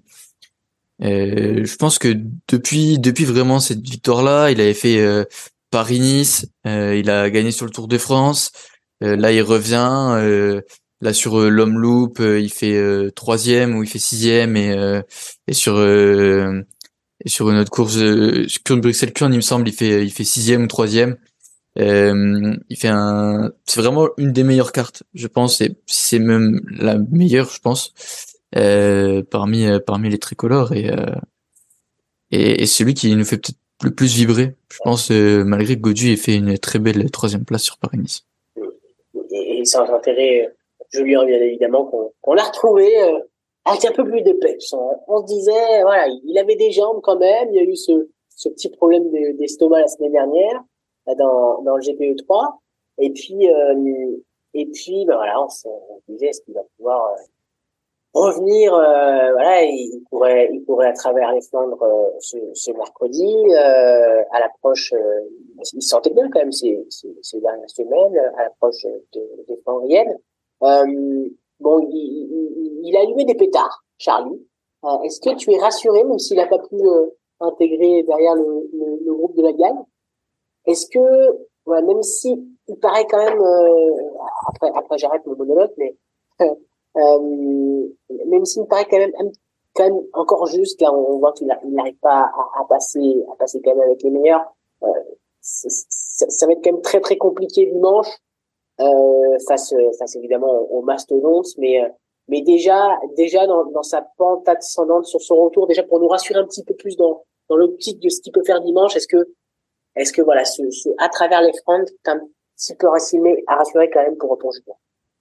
euh, je pense que depuis depuis vraiment cette victoire-là, il avait fait euh, Paris-Nice, euh, il a gagné sur le Tour de France. Euh, là, il revient. Euh, là, sur euh, l'homme loop, euh, il fait euh, troisième ou il fait sixième et euh, et sur euh, et sur une autre course, euh, sur Bruxelles-Kurn, il me semble, il fait il fait sixième ou troisième. Euh, il fait un, c'est vraiment une des meilleures cartes, je pense, et c'est même la meilleure, je pense, euh, parmi euh, parmi les tricolores et, euh, et et celui qui nous fait peut-être le plus vibrer, je pense, euh, malgré que Gaudu ait fait une très belle troisième place sur Paris-Nice. Et, et sans intérêt, Julien, bien évidemment, qu'on qu'on l'a retrouvé euh, avec un peu plus de peps. On, on se disait, voilà, il avait des jambes quand même, il y a eu ce, ce petit problème de- d'estomac la semaine dernière, là, dans, dans le G P E trois. Et puis, euh, et puis, ben voilà, on se on se disait, est-ce qu'il va pouvoir, euh, revenir, euh, voilà, il courait, il courait à travers les Flandres euh, ce, ce mercredi. Euh, à l'approche, euh, il sentait bien quand même ces, ces, ces dernières semaines, à l'approche de, des Flandriennes. Euh, bon, il, il, il a allumé des pétards, Charlie. Euh, est-ce que tu es rassuré, même s'il n'a pas pu euh, intégrer derrière le, le, le groupe de la Gagne? Est-ce que, voilà, même si il paraît quand même, euh, après, après j'arrête mon monologue, mais euh, euh, même s'il me paraît quand même, quand même encore juste, là, on voit qu'il n'arrive pas à, à passer, à passer quand même avec les meilleurs. Euh, c'est, c'est, ça va être quand même très très compliqué dimanche, euh, face, face évidemment au mastodonte, mais euh, mais déjà, déjà dans, dans sa pente ascendante sur son retour, déjà pour nous rassurer un petit peu plus dans dans l'optique de ce qu'il peut faire dimanche, est-ce que est-ce que voilà, ce, ce, à travers les fronts, t'as un petit peu rassuré, à rassurer quand même pour ton jugement?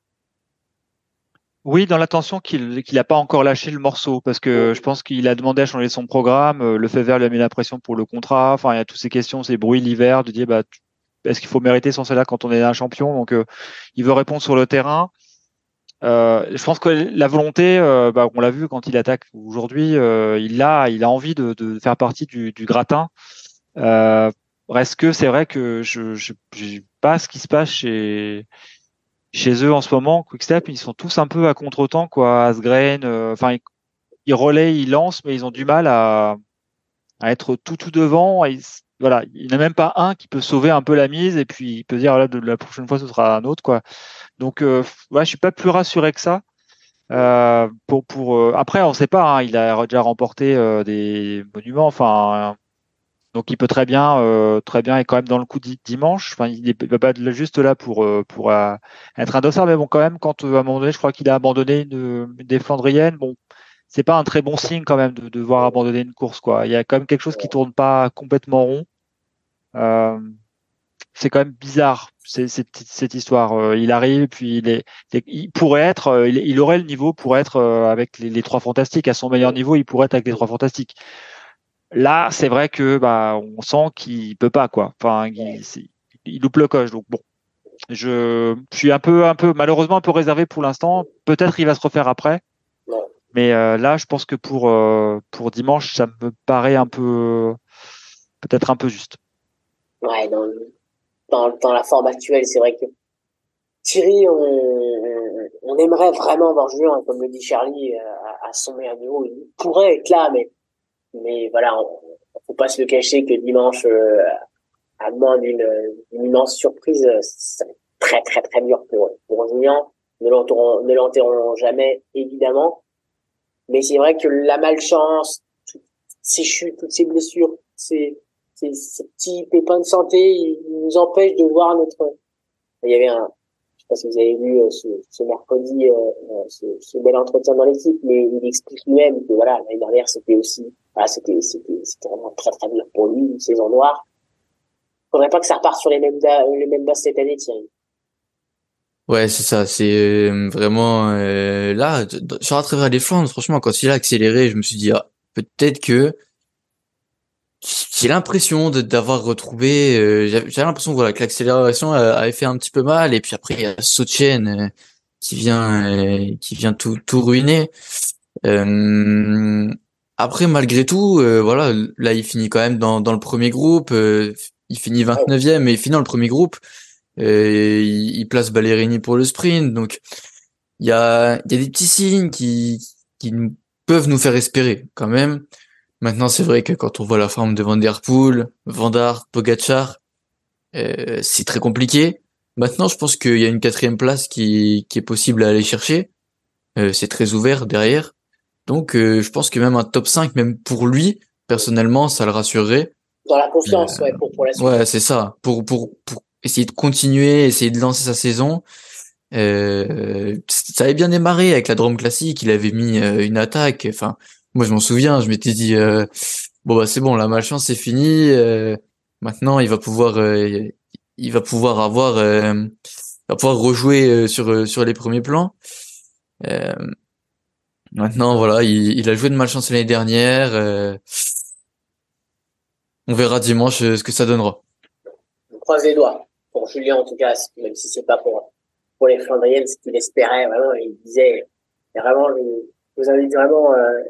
Oui, dans l'attention qu'il qu'il n'a pas encore lâché le morceau, parce que je pense qu'il a demandé à changer son programme. euh, Le fait vert lui a mis la pression pour le contrat. Enfin, il y a toutes ces questions, ces bruits l'hiver de dire bah, tu- est-ce qu'il faut mériter son salaire quand on est un champion? Donc, euh, il veut répondre sur le terrain. Euh, je pense que la volonté, euh, bah, on l'a vu quand il attaque aujourd'hui, euh, il a, il a envie de, de faire partie du, du gratin. Euh, Reste que c'est vrai que je, je, je sais pas ce qui se passe chez chez eux en ce moment. Quickstep, ils sont tous un peu à contre-temps, quoi. Asgreen, euh, enfin, ils, ils relaient, ils lancent, mais ils ont du mal à, à être tout tout devant. Et, voilà, il n'y en a même pas un qui peut sauver un peu la mise et puis il peut dire là, de la prochaine fois ce sera un autre, quoi. Donc, euh, ouais, je suis pas plus rassuré que ça. Euh, pour pour euh, après, on ne sait pas. Hein, il a déjà remporté euh, des monuments. Enfin, donc il peut très bien, euh, très bien être quand même dans le coup di- dimanche. Enfin, il ne va pas être juste là pour euh, pour euh, être un dossard, mais bon, quand même, quand euh, à un moment donné, je crois qu'il a abandonné une, une des Flandriennes. Bon, c'est pas un très bon signe quand même de, de voir abandonner une course, quoi. Il y a quand même quelque chose qui tourne pas complètement rond. Euh, c'est quand même bizarre c'est, c'est- cette histoire. Euh, il arrive, puis il est, il pourrait être, euh, il, il aurait le niveau pour être euh, avec les, les trois fantastiques à son meilleur niveau. Il pourrait être avec les trois fantastiques. Là, c'est vrai que bah on sent qu'il peut pas quoi. Enfin, il, c'est- il loupe le coche. Donc bon, je, je suis un peu, un peu malheureusement un peu réservé pour l'instant. Peut-être il va se refaire après, mais euh, là, je pense que pour euh, pour dimanche, ça me paraît un peu peut-être un peu juste. Ouais, dans, le- dans, dans la forme actuelle, c'est vrai que Thierry, on, on, on aimerait vraiment voir Julien, hein, comme le dit Charlie, euh, à, à son meilleur niveau. Il pourrait être là, mais, mais voilà, on, on faut pas se le cacher que dimanche, euh, à moins d'une d'une immense surprise, euh, ça va être très très très dur pour, pour Julien. Ne l'enterrons, ne l'enterrons jamais, évidemment. Mais c'est vrai que la malchance, toutes ces chutes, toutes ces blessures, ces, ces, ces petits pépins de santé, ils nous empêchent de voir notre... Il y avait un, je sais pas si vous avez vu euh, ce, ce mercredi, euh, euh, ce, ce bel entretien dans l'équipe, mais il explique lui-même que voilà, l'année dernière, c'était aussi, voilà, c'était, c'était, c'était vraiment très très dur pour lui, une saison noire. Faudrait pas que ça reparte sur les mêmes, da- les mêmes bases cette année, Thierry. Ouais, c'est ça, c'est euh, vraiment euh, là d- d- sur à travers les Flandres, franchement, quand il a accéléré, je me suis dit ah, peut-être que j'ai l'impression de- d'avoir retrouvé euh, j'ai j'ai l'impression voilà que l'accélération euh, avait fait un petit peu mal et puis après il y a Soutien euh, qui vient euh, qui vient tout tout ruiner. Euh, Après malgré tout euh, voilà là il finit quand même dans dans le premier groupe, euh, il finit vingt-neuvième et il finit dans le premier groupe. Euh, il, il place Ballerini pour le sprint, donc il y a, il y a des petits signes qui, qui nous- peuvent nous faire espérer quand même. Maintenant, c'est vrai que quand on voit la forme de Van Der Poel, Van Aert, Pogacar, euh, c'est très compliqué. Maintenant, je pense qu'il y a une quatrième place qui, qui est possible à aller chercher. Euh, c'est très ouvert derrière. Donc, euh, je pense que même un top cinq, même pour lui, personnellement, ça le rassurerait. Dans la Euh, confiance, ouais, pour, pour la suite. ouais, c'est ça. Pour, pour, pour essayer de continuer, essayer de lancer sa saison. Euh, ça avait bien démarré avec la Drôme Classique, il avait mis euh, une attaque. Enfin, moi je m'en souviens, je m'étais dit euh, bon bah c'est bon, la malchance c'est fini. euh, maintenant il va pouvoir, euh, il va pouvoir avoir, euh, il va pouvoir rejouer euh, sur euh, sur les premiers plans. Euh, Maintenant voilà, il, il a joué de malchance l'année dernière. euh, on verra dimanche euh, ce que ça donnera. On croise les doigts. Pour Julien, en tout cas, même si c'est pas pour, pour les Flandriennes, ce qu'il espérait, vraiment, il disait, il y a vraiment le, je vous invite vraiment euh,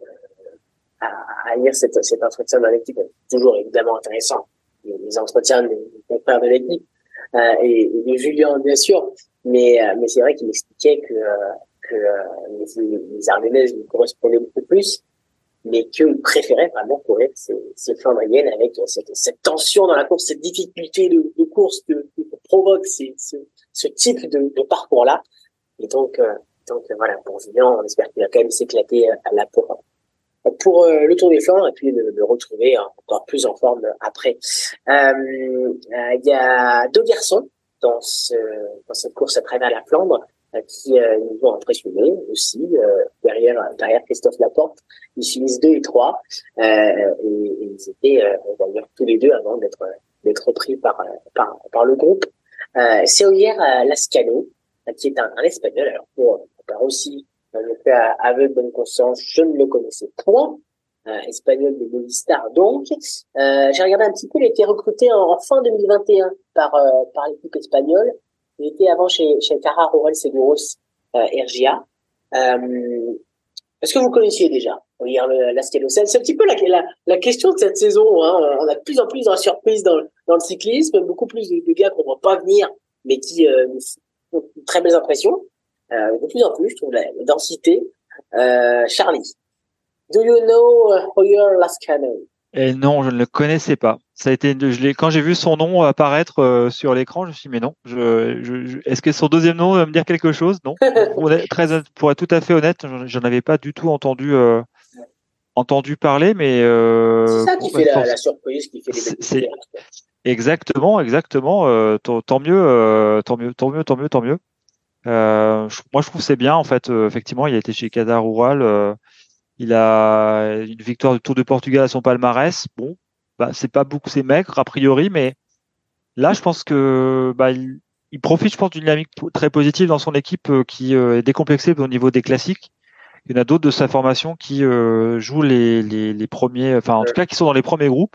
à, à lire cet, cet entretien dans l'équipe. Toujours évidemment intéressant, les, les entretiens des confrères de l'équipe euh, et, et de Julien bien sûr, mais euh, mais c'est vrai qu'il expliquait que euh, que euh, les, les Ardennaises lui correspondaient beaucoup plus, mais qu'il préférait vraiment courir ces, ces Flandriennes avec cette, cette tension dans la course, cette difficulté de, de course que, que provoque ces, ce, ce type de, de parcours-là. Et donc, euh, donc voilà, pour Julien, on espère qu'il va quand même s'éclater à la pour pour euh, le Tour des Flandres et puis de, de retrouver encore plus en forme après. Il euh, euh, y a deux garçons dans, ce, dans cette course à travers la Flandre euh, qui euh, nous ont impressionnés aussi euh, derrière derrière Christophe Laporte. Ils finissent deux et trois euh, et, et ils étaient euh, d'ailleurs tous les deux avant d'être d'être repris par par par le groupe. Euh, c'est Ogier Lascano qui est un, un Espagnol. Alors pour, pour aussi je fais aveu de bonne conscience, je ne le connaissais point. Euh, espagnol de Movistar donc. Euh, j'ai regardé un petit peu, il a été recruté en, en fin deux mille vingt et un par euh, par l'équipe espagnole. Il était avant chez chez Cara Rural Seguros euh, R G A. Euh, est-ce que vous connaissiez déjà Regarde Lascano? C'est un petit peu la, la la question de cette saison. Hein. On a de plus en plus de surprises dans dans le cyclisme, beaucoup plus de, de gars qu'on ne voit pas venir, mais qui euh, font de très belles impressions. Euh, de plus en plus, je trouve la, la densité. Euh, Charlie, do you know uh, Ogier Lascano? Et non, je ne le connaissais pas. Ça a été, je l'ai, quand j'ai vu son nom apparaître euh, sur l'écran, je me suis dit, mais non. Je, je, je, est-ce que son deuxième nom va me dire quelque chose? Non. Pour, très, pour être tout à fait honnête, j'en, j'en avais pas du tout entendu euh, entendu parler, mais euh, c'est ça qui bon, fait bah, la, force, la surprise, qui fait les belles c'est découvertes. exactement, exactement. Euh, tant, tant mieux, euh, tant mieux, tant mieux, tant mieux, tant mieux. Euh, je, moi, je trouve que c'est bien en fait. Euh, effectivement, il a été chez Casa Rural. Euh, il a une victoire du Tour de Portugal à son palmarès. Bon, bah, c'est pas beaucoup, c'est maigre a priori, mais là, je pense que bah, il, il profite, je pense, d'une dynamique très positive dans son équipe euh, qui euh, est décomplexée au niveau des classiques. Il y en a d'autres de sa formation qui euh, jouent les, les, les premiers, enfin en tout cas qui sont dans les premiers groupes.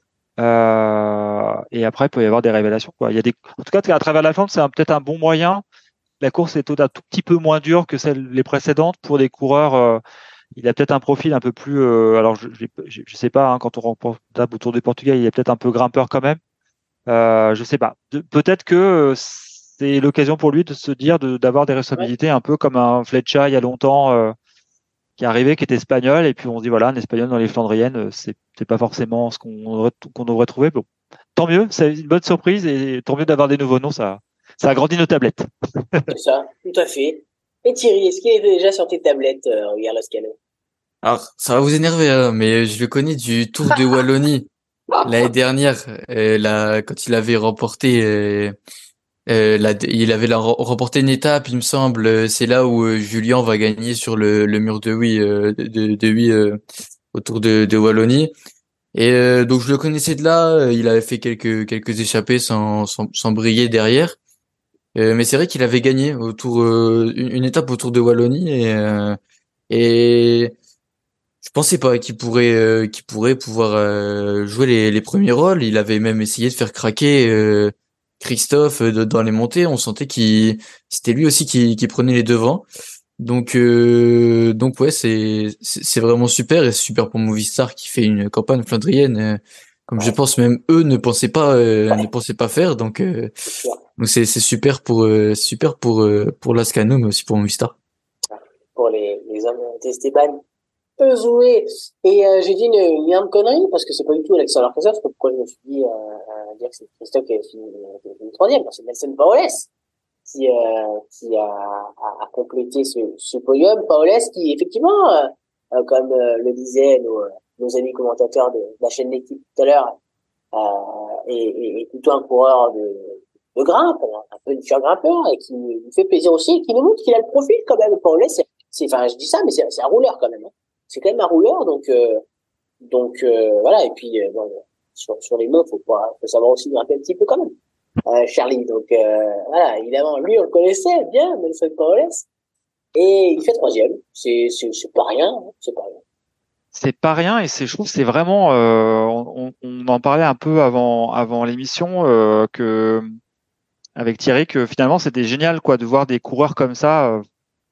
Euh, et après, il peut y avoir des révélations. Quoi. Il y a des, en tout cas, à travers la Flandre, c'est un, peut-être un bon moyen. La course est un tout petit peu moins dure que celle les précédentes pour des coureurs. Euh, il a peut-être un profil un peu plus. Euh, alors, je, je, je sais pas. Hein, quand on remporte au Tour du Portugal, il est peut-être un peu grimpeur quand même. Euh, je sais pas. De, peut-être que euh, c'est l'occasion pour lui de se dire de, d'avoir des Ouais. responsabilités, un peu comme un Fletcher il y a longtemps, euh, qui est arrivé, qui était espagnol, et puis on se dit voilà, un espagnol dans les Flandriennes, euh, c'est c'est pas forcément ce qu'on aurait, qu'on devrait trouver. Bon, tant mieux, c'est une bonne surprise, et tant mieux d'avoir des nouveaux noms. Ça, ça agrandit nos tablettes. C'est ça, tout à fait. Et Thierry, est-ce qu'il est déjà sur tes tablettes, euh, Ogier Lascano? Alors, ça va vous énerver, hein, mais je le connais du Tour de Wallonie l'année dernière, euh, là, quand il avait remporté, euh, euh, la- il avait la- remporté une étape, il me semble. euh, C'est là où euh, Julien va gagner sur le, le mur de Huy, euh, de, de, de Huy, euh, au Tour de, de Wallonie. Et euh, donc je le connaissais de là. euh, Il avait fait quelques quelques échappées sans sans, sans briller derrière. Euh, mais c'est vrai qu'il avait gagné autour euh, une, une étape autour de Wallonie et euh, et je pensais pas qu'il pourrait euh, qu'il pourrait pouvoir euh, jouer les, les premiers rôles. Il avait même essayé de faire craquer euh, Christophe euh, de- dans les montées. On sentait qu'il c'était lui aussi qui, qui prenait les devants. Donc euh, donc ouais, c'est c'est c'est vraiment super et c'est super pour Movistar qui fait une campagne flandrienne euh, comme je Ouais, pense même eux ne pensaient pas euh, ne ouais, pensaient pas faire. Donc euh, c'est sûr. donc c'est c'est super pour euh, super pour euh, pour Lascano mais aussi pour Movistar. Pour les, les hommes d'Esteban Euzoé. Et euh, j'ai dit une, une énorme connerie, parce que c'est pas du tout Alexandre Christophe, pourquoi je me suis dit euh, euh, dire que c'est Christophe qui a fini, qui a fini troisième, c'est Nelson Paoles qui, euh, qui a, a, a complété ce, ce podium. Paoles qui, effectivement, euh, euh, comme euh, le disaient nos, nos amis commentateurs de, de la chaîne d'équipe tout à l'heure, euh, est, est, est plutôt un coureur de, de grimpe, un peu du grimpeur, et qui nous fait plaisir aussi, et qui nous montre qu'il a le profil quand même. Paoles, c'est, c'est, enfin, je dis ça, mais c'est, c'est un rouleur quand même. Hein. C'est quand même un rouleur, donc euh, donc euh, voilà. Et puis euh, bon, sur sur les mains, faut pas, faut savoir aussi grimper un petit peu quand même. Euh, Charlie, donc euh, voilà, évidemment, lui on le connaissait bien, Nelson Paoles, et il fait troisième. C'est c'est c'est pas rien, hein, c'est pas rien. C'est pas rien, et c'est, je trouve, que c'est vraiment. Euh, on, on en parlait un peu avant avant l'émission euh, que avec Thierry que finalement c'était génial quoi de voir des coureurs comme ça. Euh,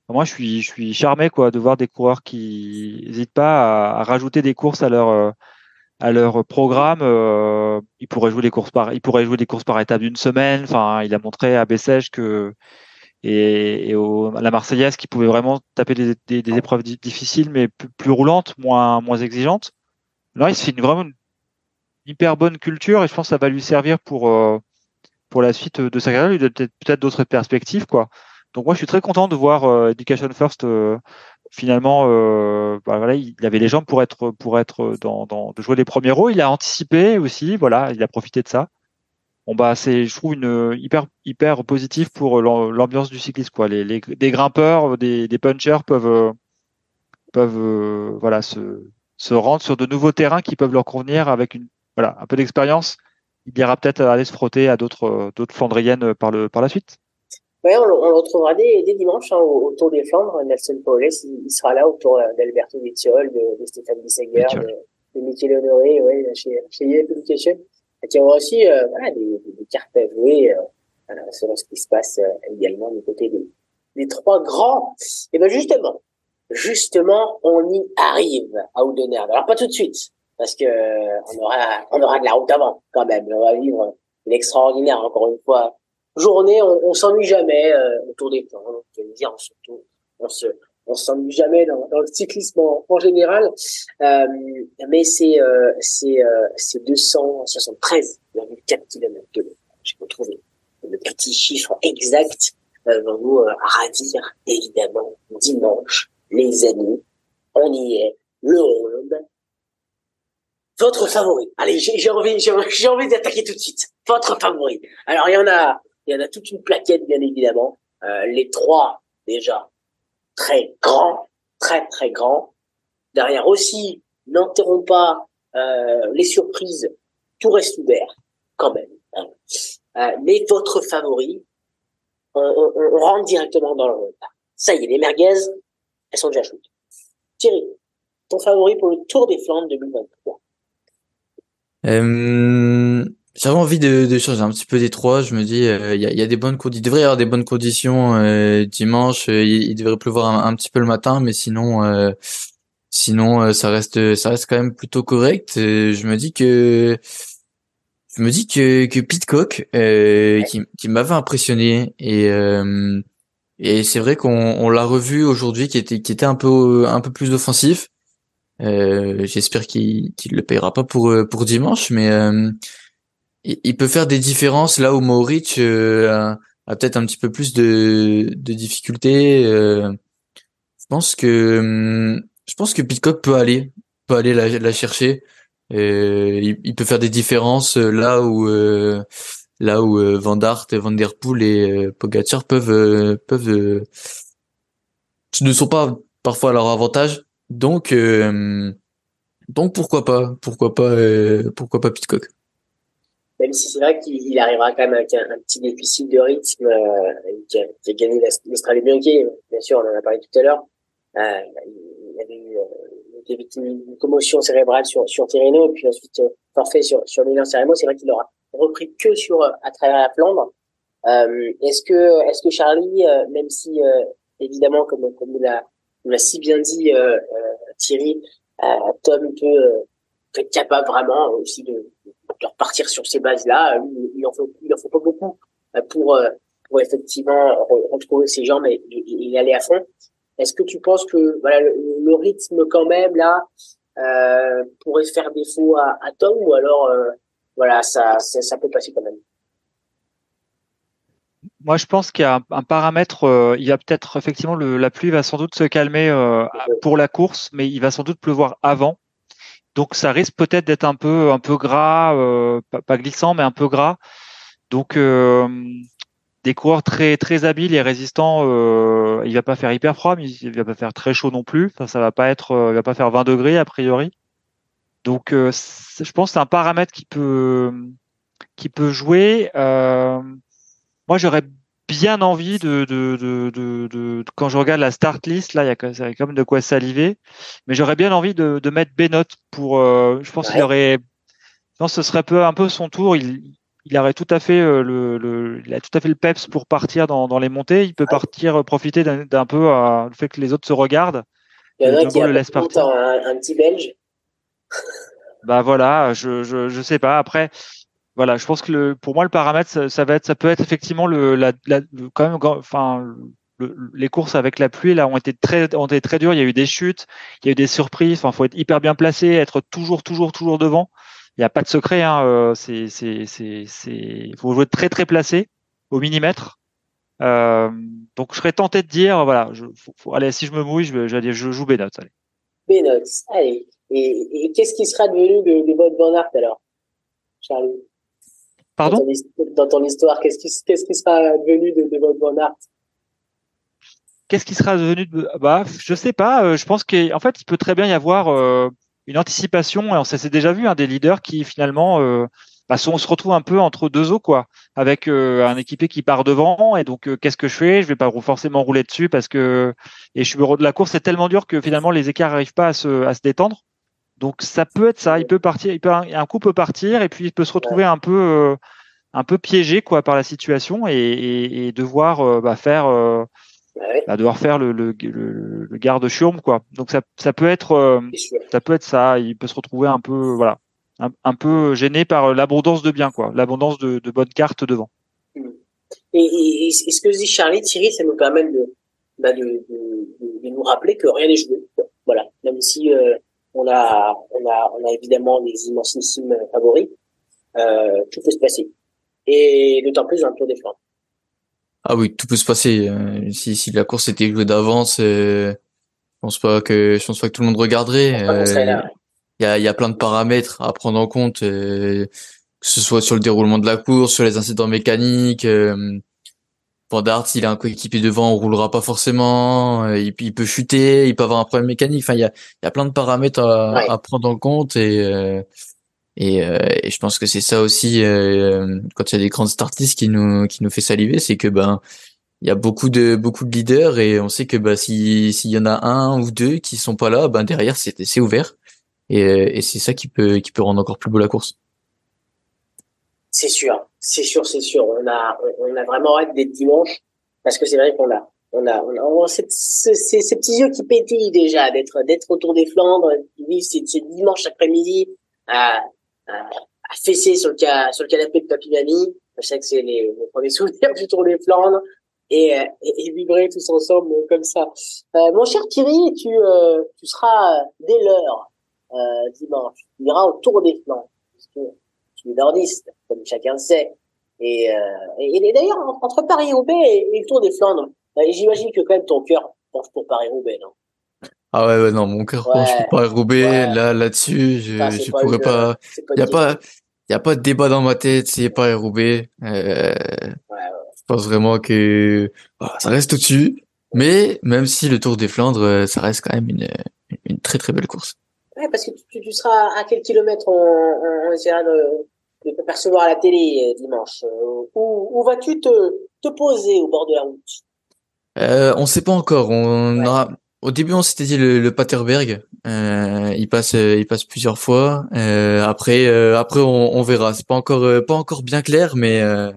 Moi, je suis, je suis charmé quoi de voir des coureurs qui n'hésitent pas à, à rajouter des courses à leur euh, à leur programme. Euh, ils pourraient jouer les courses par, ils pourraient jouer des courses par étape d'une semaine. Enfin, il a montré à Bessèges que et, et au, à la Marseillaise qu'il pouvait vraiment taper des, des, des épreuves di- difficiles, mais plus, plus roulantes, moins moins exigeantes. Là, il se fait une, vraiment une hyper bonne culture et je pense que ça va lui servir pour euh, pour la suite de sa carrière. Il a peut-être peut-être d'autres perspectives quoi. Donc moi, je suis très content de voir euh, Education First. Euh, finalement, euh, bah, voilà, il avait les jambes pour être pour être dans, dans de jouer les premiers rôles. Il a anticipé aussi, voilà, il a profité de ça. Bon bah c'est, je trouve une hyper hyper positif pour l'am- l'ambiance du cyclisme quoi. Les, les des grimpeurs, des, des punchers peuvent euh, peuvent euh, voilà se se rendre sur de nouveaux terrains qui peuvent leur convenir avec une voilà un peu d'expérience. Il ira peut-être aller se frotter à d'autres euh, d'autres Flandriennes par le par la suite. Ouais, on, le- on le retrouvera dès, dès dimanche hein, au, au Tour des Flandres. Nelson Paulès, il, il sera là autour euh, d'Alberto Vizziol, de, de Stéphane Bissegger, de, Mitchell. de Michele Honoré, ouais, chez, chez Y F Education. Et il y aura aussi euh, voilà, des, des, des cartes à jouer euh, voilà, selon ce qui se passe euh, également du côté des, des trois grands. Et ben justement, justement, on y arrive à Oudenaarde. Alors pas tout de suite, parce que euh, on aura, on aura de la route avant quand même. On va vivre une extraordinaire, encore une fois, journée. On, on s'ennuie jamais euh, autour des plans. Donc, je veux dire, on, surtout, on se, on s'ennuie jamais dans, dans le cyclisme en, en général. Euh, mais c'est, euh, c'est, euh, c'est deux cent soixante-treize virgule quatre kilomètres de long. J'ai retrouvé le petit chiffre exact euh, va vous euh, ravir évidemment dimanche. Les amis, on y est, le ronde. Votre favori. Allez, j'ai, j'ai envie, j'ai, j'ai envie d'attaquer tout de suite. Votre favori. Alors, il y en a, il y en a toute une plaquette, bien évidemment. Euh, les trois, déjà, très grands, très, très grands. Derrière aussi, n'enterrons pas euh, les surprises. Tout reste ouvert, quand même. Hein. Euh, mais votre favori, on, on, on rentre directement dans le ronde. Ça y est, les merguez, elles sont déjà chaudes. Thierry, ton favori pour le Tour des Flandres deux mille vingt-trois. Euh, J'avais envie de, de changer un petit peu des trois. Je me dis, euh, il y, a, y a des bonnes conditions. Il devrait y avoir des bonnes conditions euh, dimanche. Euh, il, il devrait pleuvoir un, un petit peu le matin, mais sinon, euh, sinon, euh, ça reste, ça reste quand même plutôt correct. Euh, je me dis que, je me dis que que Pidcock, euh, Ouais. qui, qui m'avait impressionné et euh, et c'est vrai qu'on on l'a revu aujourd'hui, qui était qui était un peu un peu plus offensif. Euh, j'espère qu'il qu'il le payera pas pour euh, pour dimanche, mais euh, il, il peut faire des différences là où Mohoric euh, a, a peut-être un petit peu plus de de difficultés. Euh, je pense que hum, je pense que Pidcock peut aller peut aller la, la chercher. Euh, il, il peut faire des différences euh, là où euh, là où euh, Van Aert, Van Der Poel et euh, Pogacar peuvent euh, peuvent euh, ne sont pas parfois à leur avantage. Donc euh, donc pourquoi pas pourquoi pas euh, pourquoi pas Pidcock. Même si c'est vrai qu'il il arrivera quand même avec un, un petit déficit de rythme, euh, qui, a, qui a gagné l'Australie Bianchi, bien sûr, on en a parlé tout à l'heure. Euh, il avait eu euh, des victimes d'une commotion cérébrale sur, sur Tirreno, et puis ensuite euh, forfait sur, sur Milan-San Remo. C'est vrai qu'il aura repris que sur euh, à travers la Flandre. Euh, est-ce que est-ce que Charlie, euh, même si euh, évidemment, comme comme nous l'a nous l'a si bien dit euh, euh, Thierry, euh, Tom peut, euh, peut être capable vraiment aussi de de repartir sur ces bases-là. Il, il en faut, il en faut pas beaucoup pour, pour effectivement retrouver ses jambes et, et, et aller à fond. Est-ce que tu penses que voilà le, le rythme quand même là euh, pourrait faire défaut à, à Tom, ou alors euh, voilà ça, ça ça peut passer quand même? Moi, je pense qu'il y a un, un paramètre. Euh, il y a peut-être effectivement le, la pluie va sans doute se calmer euh, pour la course, mais il va sans doute pleuvoir avant. Donc, ça risque peut-être d'être un peu un peu gras, euh, pas, pas glissant, mais un peu gras. Donc, euh, des coureurs très très habiles et résistants. Euh, il va pas faire hyper froid, mais il va pas faire très chaud non plus. Enfin, ça va pas être, euh, il va pas faire vingt degrés a priori. Donc, euh, je pense que c'est un paramètre qui peut qui peut jouer. Euh, Moi, j'aurais bien envie de, de, de, de, de- quand je regarde la start list, là, il y a quand il y a quand même de quoi saliver. Mais j'aurais bien envie de, de mettre Benoît pour. Euh, je pense qu'il Ouais. aurait. Je pense que ce serait peu, un peu son tour. Il, il aurait tout à fait euh, le, le, il a tout à fait le peps pour partir dans, dans les montées. Il peut partir, euh, profiter d'un, d'un peu euh, le fait que les autres se regardent. Il y en Que a qui Jumbo a le laisse pas partir. longtemps, un, un petit Belge. Bah voilà, je, je, je sais pas. Après, voilà, je pense que le, pour moi, le paramètre, ça, ça va être, ça peut être effectivement le, la, la, le- quand même, enfin, le, les courses avec la pluie là ont été très, ont été très dures. Il y a eu des chutes, il y a eu des surprises. Enfin, faut être hyper bien placé, être toujours, toujours, toujours devant. Il n'y a pas de secret. Hein, euh, c'est, c'est, c'est, c'est, faut jouer très, très placé au millimètre. Euh, donc, je serais tenté de dire, voilà, je, faut, faut, allez, si je me mouille, je vais, je vais dire, je joue Benoît. Allez. Benoît, allez. Et, et qu'est-ce qui sera devenu de, de Wout van Aert alors, Charlie? Pardon? Dans ton, dans ton histoire, qu'est-ce qui, qu'est-ce qui sera devenu de, de Wout van Aert? Qu'est-ce qui sera devenu de... Bah, je sais pas. Euh, je pense qu'en fait, il peut très bien y avoir euh, une anticipation. Et on s'est déjà vu, hein, des leaders qui finalement, euh, bah, on se retrouve un peu entre deux eaux, quoi, avec euh, un équipé qui part devant. Et donc, euh, qu'est-ce que je fais? Je vais pas forcément rouler dessus parce que et je suis de la course est tellement dur que finalement les écarts n'arrivent pas à se, à se détendre. Donc, ça peut être ça. Il peut partir. Il peut un coup peut partir et puis il peut se retrouver un peu euh, un peu piégé, quoi, par la situation et, et, et devoir euh, bah, faire euh, à devoir faire le, le, le, le garde churme, quoi. Donc ça, ça peut être, euh, ça peut être ça. Il peut se retrouver un peu, voilà, un, un peu gêné par l'abondance de biens, quoi, l'abondance de, de bonnes cartes devant. Et, et, et ce que dit Charlie, Thierry, ça nous permet de, bah de, de, de, de nous rappeler que rien n'est joué. Voilà, même si euh, on a, on a, on a évidemment des immensissimes favoris, euh, tout peut se passer. Et d'autant plus dans le Tour des Flandres. Ah oui, tout peut se passer. Euh, si, si la course était jouée d'avance, euh, je pense pas que, je pense pas que tout le monde regarderait. Euh, il y a, il y a plein de paramètres à prendre en compte, euh, que ce soit sur le déroulement de la course, sur les incidents mécaniques. Euh, Van Aert, s'il a un coéquipier devant, on roulera pas forcément. Euh, il, il peut chuter, il peut avoir un problème mécanique. Enfin, il y a, il y a plein de paramètres à, Ouais. à prendre en compte et euh, et, euh, et je pense que c'est ça aussi euh, quand il y a des grandes startistes qui nous qui nous fait saliver, c'est que ben il y a beaucoup de beaucoup de leaders et on sait que bah si s'il y en a un ou deux qui sont pas là, ben derrière c'est c'est ouvert et et c'est ça qui peut qui peut rendre encore plus beau la course. C'est sûr, c'est sûr, c'est sûr. On a on a vraiment hâte d'être dimanche parce que c'est vrai qu'on a on a on a, on a ces, ces, ces petits yeux qui pétillent déjà d'être d'être autour des Flandres, de vivre ces, ces dimanches après-midi à, à à fesser sur le ca, sur le canapé de Papy Mamie. Je sais que c'est les, les premiers souvenirs du Tour des Flandres. Et, et, et vibrer tous ensemble comme ça. Euh, mon cher Thierry, tu, euh, tu seras dès l'heure euh, dimanche. Tu iras au Tour des Flandres, parce que tu es nordiste, comme chacun le sait. Et, euh, et, et d'ailleurs, entre Paris-Roubaix et, et le Tour des Flandres, euh, j'imagine que quand même ton cœur penche pour Paris-Roubaix, non? Ah ouais, ouais non, mon cœur penche Ouais, pour Paris-Roubaix. ouais. Là là-dessus, Putain, je c'est je pas pourrais une, pas. c'est pas Il y une a pas question. il y a pas de débat dans ma tête. C'est Paris-Roubaix. Euh, Ouais, ouais. je pense vraiment que bah, ça reste au-dessus. Mais même si le Tour des Flandres, euh, ça reste quand même une une très très belle course. Ouais, parce que tu, tu seras à quel kilomètre on, on, on essaiera de, de te percevoir à la télé euh, dimanche. Euh, où où vas-tu te, te poser au bord de la route? Euh, on sait pas encore. On Ouais. aura... Au début, on s'était dit le, le Paterberg. Euh, il passe, euh, il passe plusieurs fois. Euh, après, euh, après, on, on verra. C'est pas encore, euh, pas encore bien clair, mais, euh,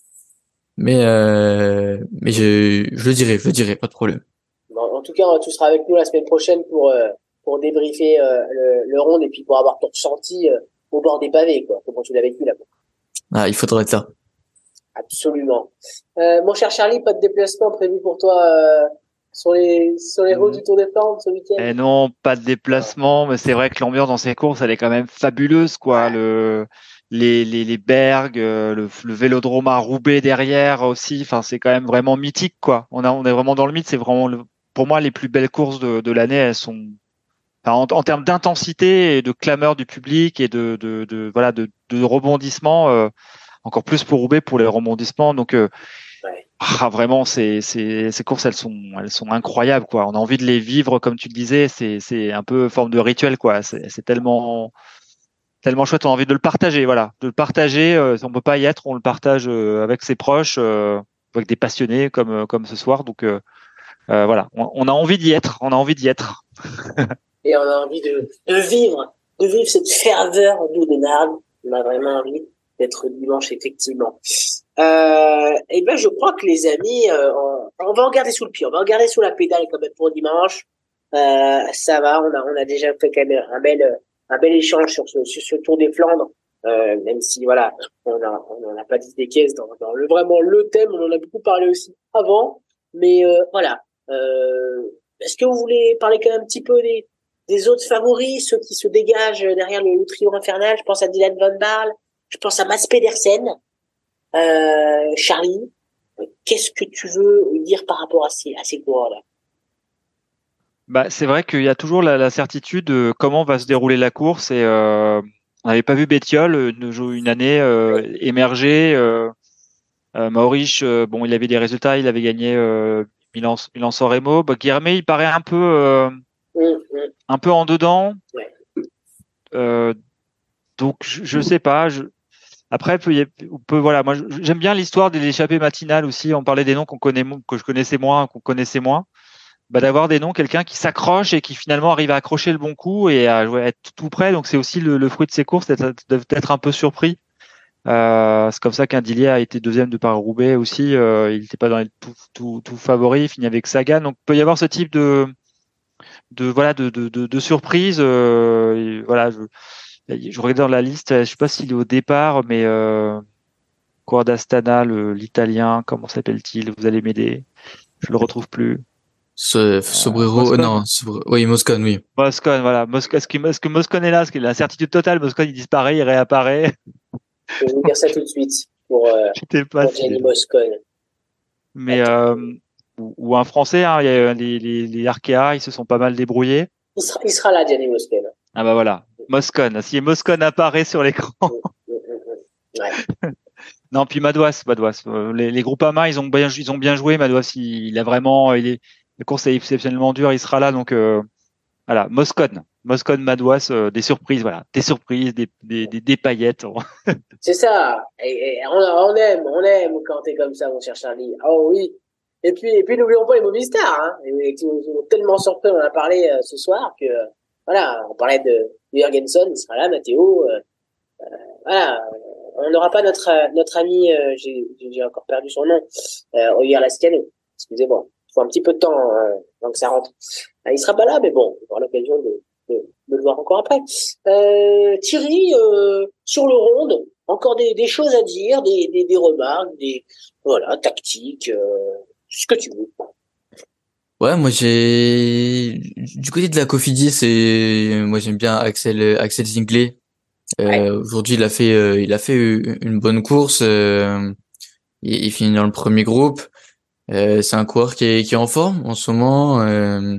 mais, euh, mais je, je le dirai, je le dirai, pas de problème. Bon, en tout cas, tu seras avec nous la semaine prochaine pour euh, pour débriefer euh, le, le round et puis pour avoir ton ressenti euh, au bord des pavés, quoi. Comment tu l'as vécu là-bas. Ah, il faudra être ça. Absolument. Euh, mon cher Charlie, pas de déplacement prévu pour toi euh, sur les sur les routes du Tour des Flandres ce week-end? Et non, pas de déplacement, mais c'est vrai que l'ambiance dans ces courses, elle est quand même fabuleuse, quoi. Ouais. Le, les, les, les bergs, euh, le, le vélodrome à Roubaix derrière aussi. Enfin, c'est quand même vraiment mythique, quoi. On a, on est vraiment dans le mythe. C'est vraiment, le, pour moi, les plus belles courses de, de l'année. Elles sont, enfin, en, en termes d'intensité et de clameur du public et de, de, de voilà, de, de rebondissement. Euh, encore plus pour Roubaix pour les rebondissements. Donc, euh, Ouais. ah, vraiment, ces, ces, ces courses, elles sont, elles sont incroyables, quoi. On a envie de les vivre, comme tu le disais. C'est, c'est un peu forme de rituel, quoi. C'est, c'est tellement, tellement chouette. On a envie de le partager, voilà, de le partager. Euh, si on peut pas y être, on le partage euh, avec ses proches, euh, avec des passionnés comme, euh, comme ce soir. Donc, euh, euh, voilà, on, on a envie d'y être. On a envie d'y être. Et on a envie de, de vivre, de vivre cette ferveur d'Oudenarde. On a vraiment envie. d'être dimanche, effectivement. Euh, et ben, je crois que les amis, euh, on, on va en garder sous le pied, on va en garder sous la pédale quand même pour dimanche. Euh, ça va, on a, on a déjà fait quand même un bel, un bel échange sur ce, sur ce Tour des Flandres. Euh, même si voilà, on a, on n'en a pas dit des caisses dans, dans le vraiment le thème, on en a beaucoup parlé aussi avant. Mais euh, voilà. Euh, est-ce que vous voulez parler quand même un petit peu des des autres favoris, ceux qui se dégagent derrière le, le trio infernal? Je pense à Dylan Van Baarle, je pense à Mads Pedersen, euh, Charlie. Qu'est-ce que tu veux dire par rapport à ces, à ces coureurs-là? Bah, c'est vrai qu'il y a toujours la, la certitude de comment va se dérouler la course et euh, on n'avait pas vu Bettiol une, une année euh, émerger. Euh, euh, Maurice, euh, bon, il avait des résultats, il avait gagné euh, Milan, Milan-San Remo. Bah, Guilherme, il paraît un peu, euh, Mmh, mmh. un peu en dedans. Ouais. Euh, donc, je, je sais pas. Je... Après, peut, y- on peut, voilà, moi, j'aime bien l'histoire de l'échappée matinale aussi. On parlait des noms qu'on connaît, que je connaissais moins, qu'on connaissait moins. Bah, d'avoir des noms, quelqu'un qui s'accroche et qui finalement arrive à accrocher le bon coup et à jouer, à être tout près. Donc c'est aussi le, le fruit de ses courses, d'être, d'être un peu surpris. Euh, c'est comme ça qu'un Dillier a été deuxième de Paris-Roubaix aussi. Euh, il n'était pas dans les tout, tout, tout favoris, il finit avec Sagan. Donc il peut y avoir ce type de, de voilà de, de, de, de surprise. Euh, et voilà, je, je regardais dans la liste, je sais pas s'il est au départ, mais euh, coureur d'Astana, le, l'italien, comment s'appelle-t-il? Vous allez m'aider. Je le retrouve plus. Ce, Euh, Sobrero, euh, Moscon. non, Sobre- oui, Moscone, oui. Moscone, voilà. Moscone, est-ce que, est-ce que Moscone est là? Parce qu'il a la certitude totale. Moscone, il disparaît, il réapparaît. Je vais vous dire ça tout de suite pour, euh, J'étais pas pour s'il est Gianni là. Moscone. Mais, Attends. euh, ou, ou un Français, hein, il y a les, les, les Arkea, ils se sont pas mal débrouillés. Il sera, il sera là, Gianni Moscone. Ah bah voilà. Moscone. Si Moscone apparaît sur l'écran. Mmh, mmh, mmh, mmh. Ouais. Non, puis Madouas, Madouas. Euh, Les, les Groupama, ils ont bien, ils ont bien joué. Madouas, il, il a vraiment, il est, la course est exceptionnellement dure, il sera là. Donc, euh, voilà. Moscone. Moscone, Madouas, euh, des surprises, voilà. Des surprises, des, des, des, des paillettes. C'est ça. Et, et on, on aime, on aime quand t'es comme ça, mon cher Charlie. Oh oui. Et puis, et puis n'oublions pas les Movistar, hein, et, qui nous ont tellement surpris, on en a parlé euh, ce soir que, euh, voilà, on parlait de, de Jürgensen, il sera là, Matteo, euh, voilà, on n'aura pas notre euh, notre ami, euh, j'ai j'ai encore perdu son nom, euh, Oyer Lascano. Excusez-moi, il faut un petit peu de temps euh, avant que ça rentre. Euh, il sera pas là, mais bon, on aura l'occasion de, de, de le voir encore après. Euh, Thierry, euh, sur le ronde, encore des, des choses à dire, des, des, des remarques, des voilà tactiques, euh, ce que tu veux. Ouais, moi j'ai du côté de la Cofidis, c'est moi j'aime bien Axel Axel Zinglet. Ouais, Euh, aujourd'hui, il a fait euh, il a fait une bonne course. Euh, il, il finit dans le premier groupe. Euh, c'est un coureur qui est qui est en forme en ce moment. Euh,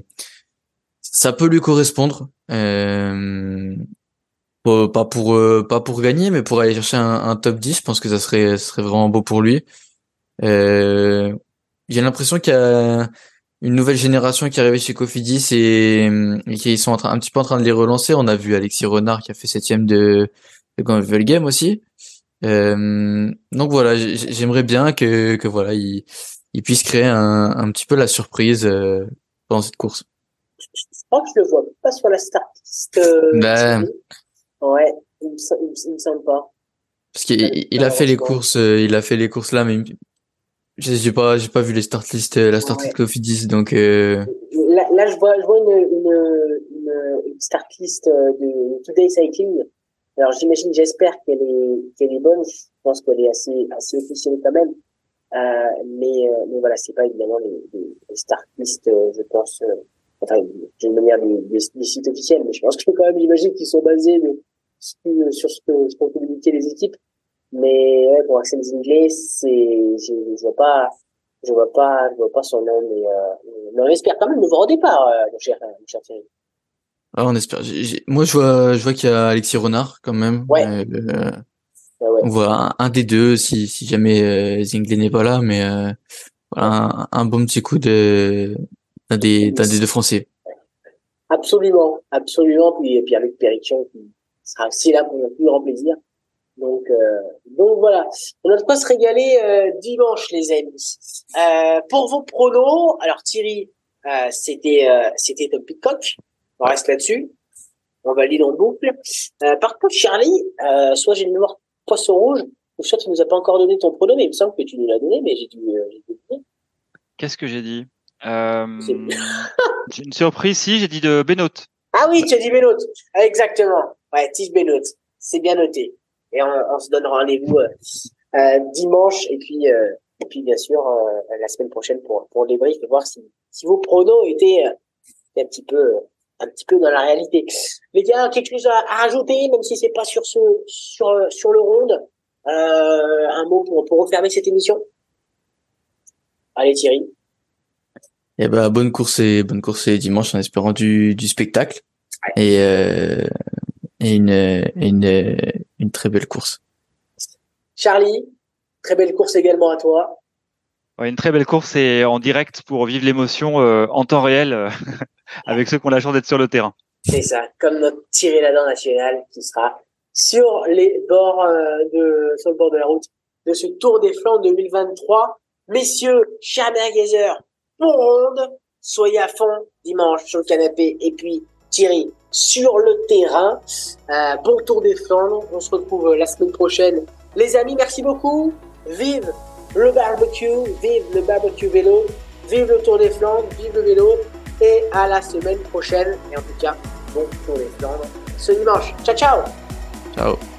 ça peut lui correspondre. Euh, pas pas pour euh, pas pour gagner, mais pour aller chercher un, un top dix, je pense que ça serait ça serait vraiment beau pour lui. Euh, j'ai l'impression qu'il y a une nouvelle génération qui est arrivée chez Cofidis et, et qu'ils sont en train, un petit peu en train de les relancer. On a vu Alexis Renard qui a fait septième de, de Grand Game aussi. Euh, donc voilà, j'ai- j'aimerais bien que, que voilà, il, il puisse créer un, un petit peu la surprise euh, pendant cette course. je crois que je le vois pas sur la start list, euh, Ben, Thierry. Ouais, il me, sem- il me, il me semble pas. parce qu'il il a fait les Malheureusement. courses, euh, il a fait les courses là, mais j'ai j'ai pas, j'ai pas vu les start list, euh, la start list Ouais. Cofidis, donc euh, Là, là, je vois, je vois une, une, une, une start list euh, de Today Cycling. Alors, j'imagine, j'espère qu'elle est, qu'elle est bonne. Je pense qu'elle est assez, assez officielle quand même. Euh, mais, euh, mais voilà, c'est pas évidemment les, les, les start list, euh, je pense, euh, enfin, d'une manière des, des, des sites officiels, mais je pense que quand même, j'imagine qu'ils sont basés de, sur, sur ce que, ce qu'ont communiqué les équipes. Mais ouais, pour Axel Zinglet, c'est, je, je vois pas, je vois pas, je vois pas son nom, mais, euh, mais on espère quand même le voir au départ, euh, mon cher, mon cher Thierry. ah, on espère. J'ai- j'ai- moi, je vois, je vois qu'il y a Alexis Renard quand même. Ouais, Euh, euh, ouais, ouais. on voit un, un des deux si, si jamais euh, Zingley n'est pas là, mais euh, voilà, Ouais. un, un bon petit coup de d'un des d'un des deux Français. Absolument, absolument. Puis Pierre-Luc Périchon qui sera aussi là pour notre plus grand plaisir. Donc, euh, donc voilà. On a de quoi se régaler euh, dimanche, les amis. Euh, pour vos pronos, alors Thierry, euh, c'était euh, c'était Tom Pitcock. On reste là-dessus. On valide en boucle. Euh, par contre, Charlie, euh, soit j'ai une mémoire Poisson Rouge. Je suis sûr que tu nous as pas encore donné ton pronom, mais il me semble que tu nous l'as donné, mais j'ai dû, euh, j'ai dû le dire. Qu'est-ce que j'ai dit euh, J'ai une surprise, si, j'ai dit de Benoît. Ah oui, tu as dit Benoît. Ah, exactement. Ouais, Tige Benoît. C'est bien noté. Et on, on se donne rendez-vous euh, euh, dimanche et puis euh, et puis bien sûr euh, la semaine prochaine pour pour le débrief et voir si si vos pronos étaient, euh, étaient un petit peu euh, un petit peu dans la réalité. Les gars, quelque chose à, à rajouter, même si c'est pas sur ce sur sur le round. Euh, un mot pour pour refermer cette émission. Allez Thierry. Et ben bonne course et bonne course et dimanche en espérant du du spectacle et euh, et une et une une très belle course. Charlie, très belle course également à toi. Ouais, une très belle course et en direct pour vivre l'émotion euh, en temps réel euh, avec ceux qui ont la chance d'être sur le terrain. C'est ça, comme notre Thierry Ladan national qui sera sur les bords euh, de sur le bord de la route de ce Tour des Flandres deux mille vingt-trois. Messieurs, chers merguezers, bon ronde, soyez à fond dimanche sur le canapé et puis Thierry sur le terrain. Euh, bon Tour des Flandres, on se retrouve la semaine prochaine. Les amis, merci beaucoup. Vive le barbecue, vive le barbecue vélo, vive le Tour des Flandres, vive le vélo et à la semaine prochaine. Et en tout cas, bon Tour des Flandres ce dimanche. Ciao, ciao. Ciao.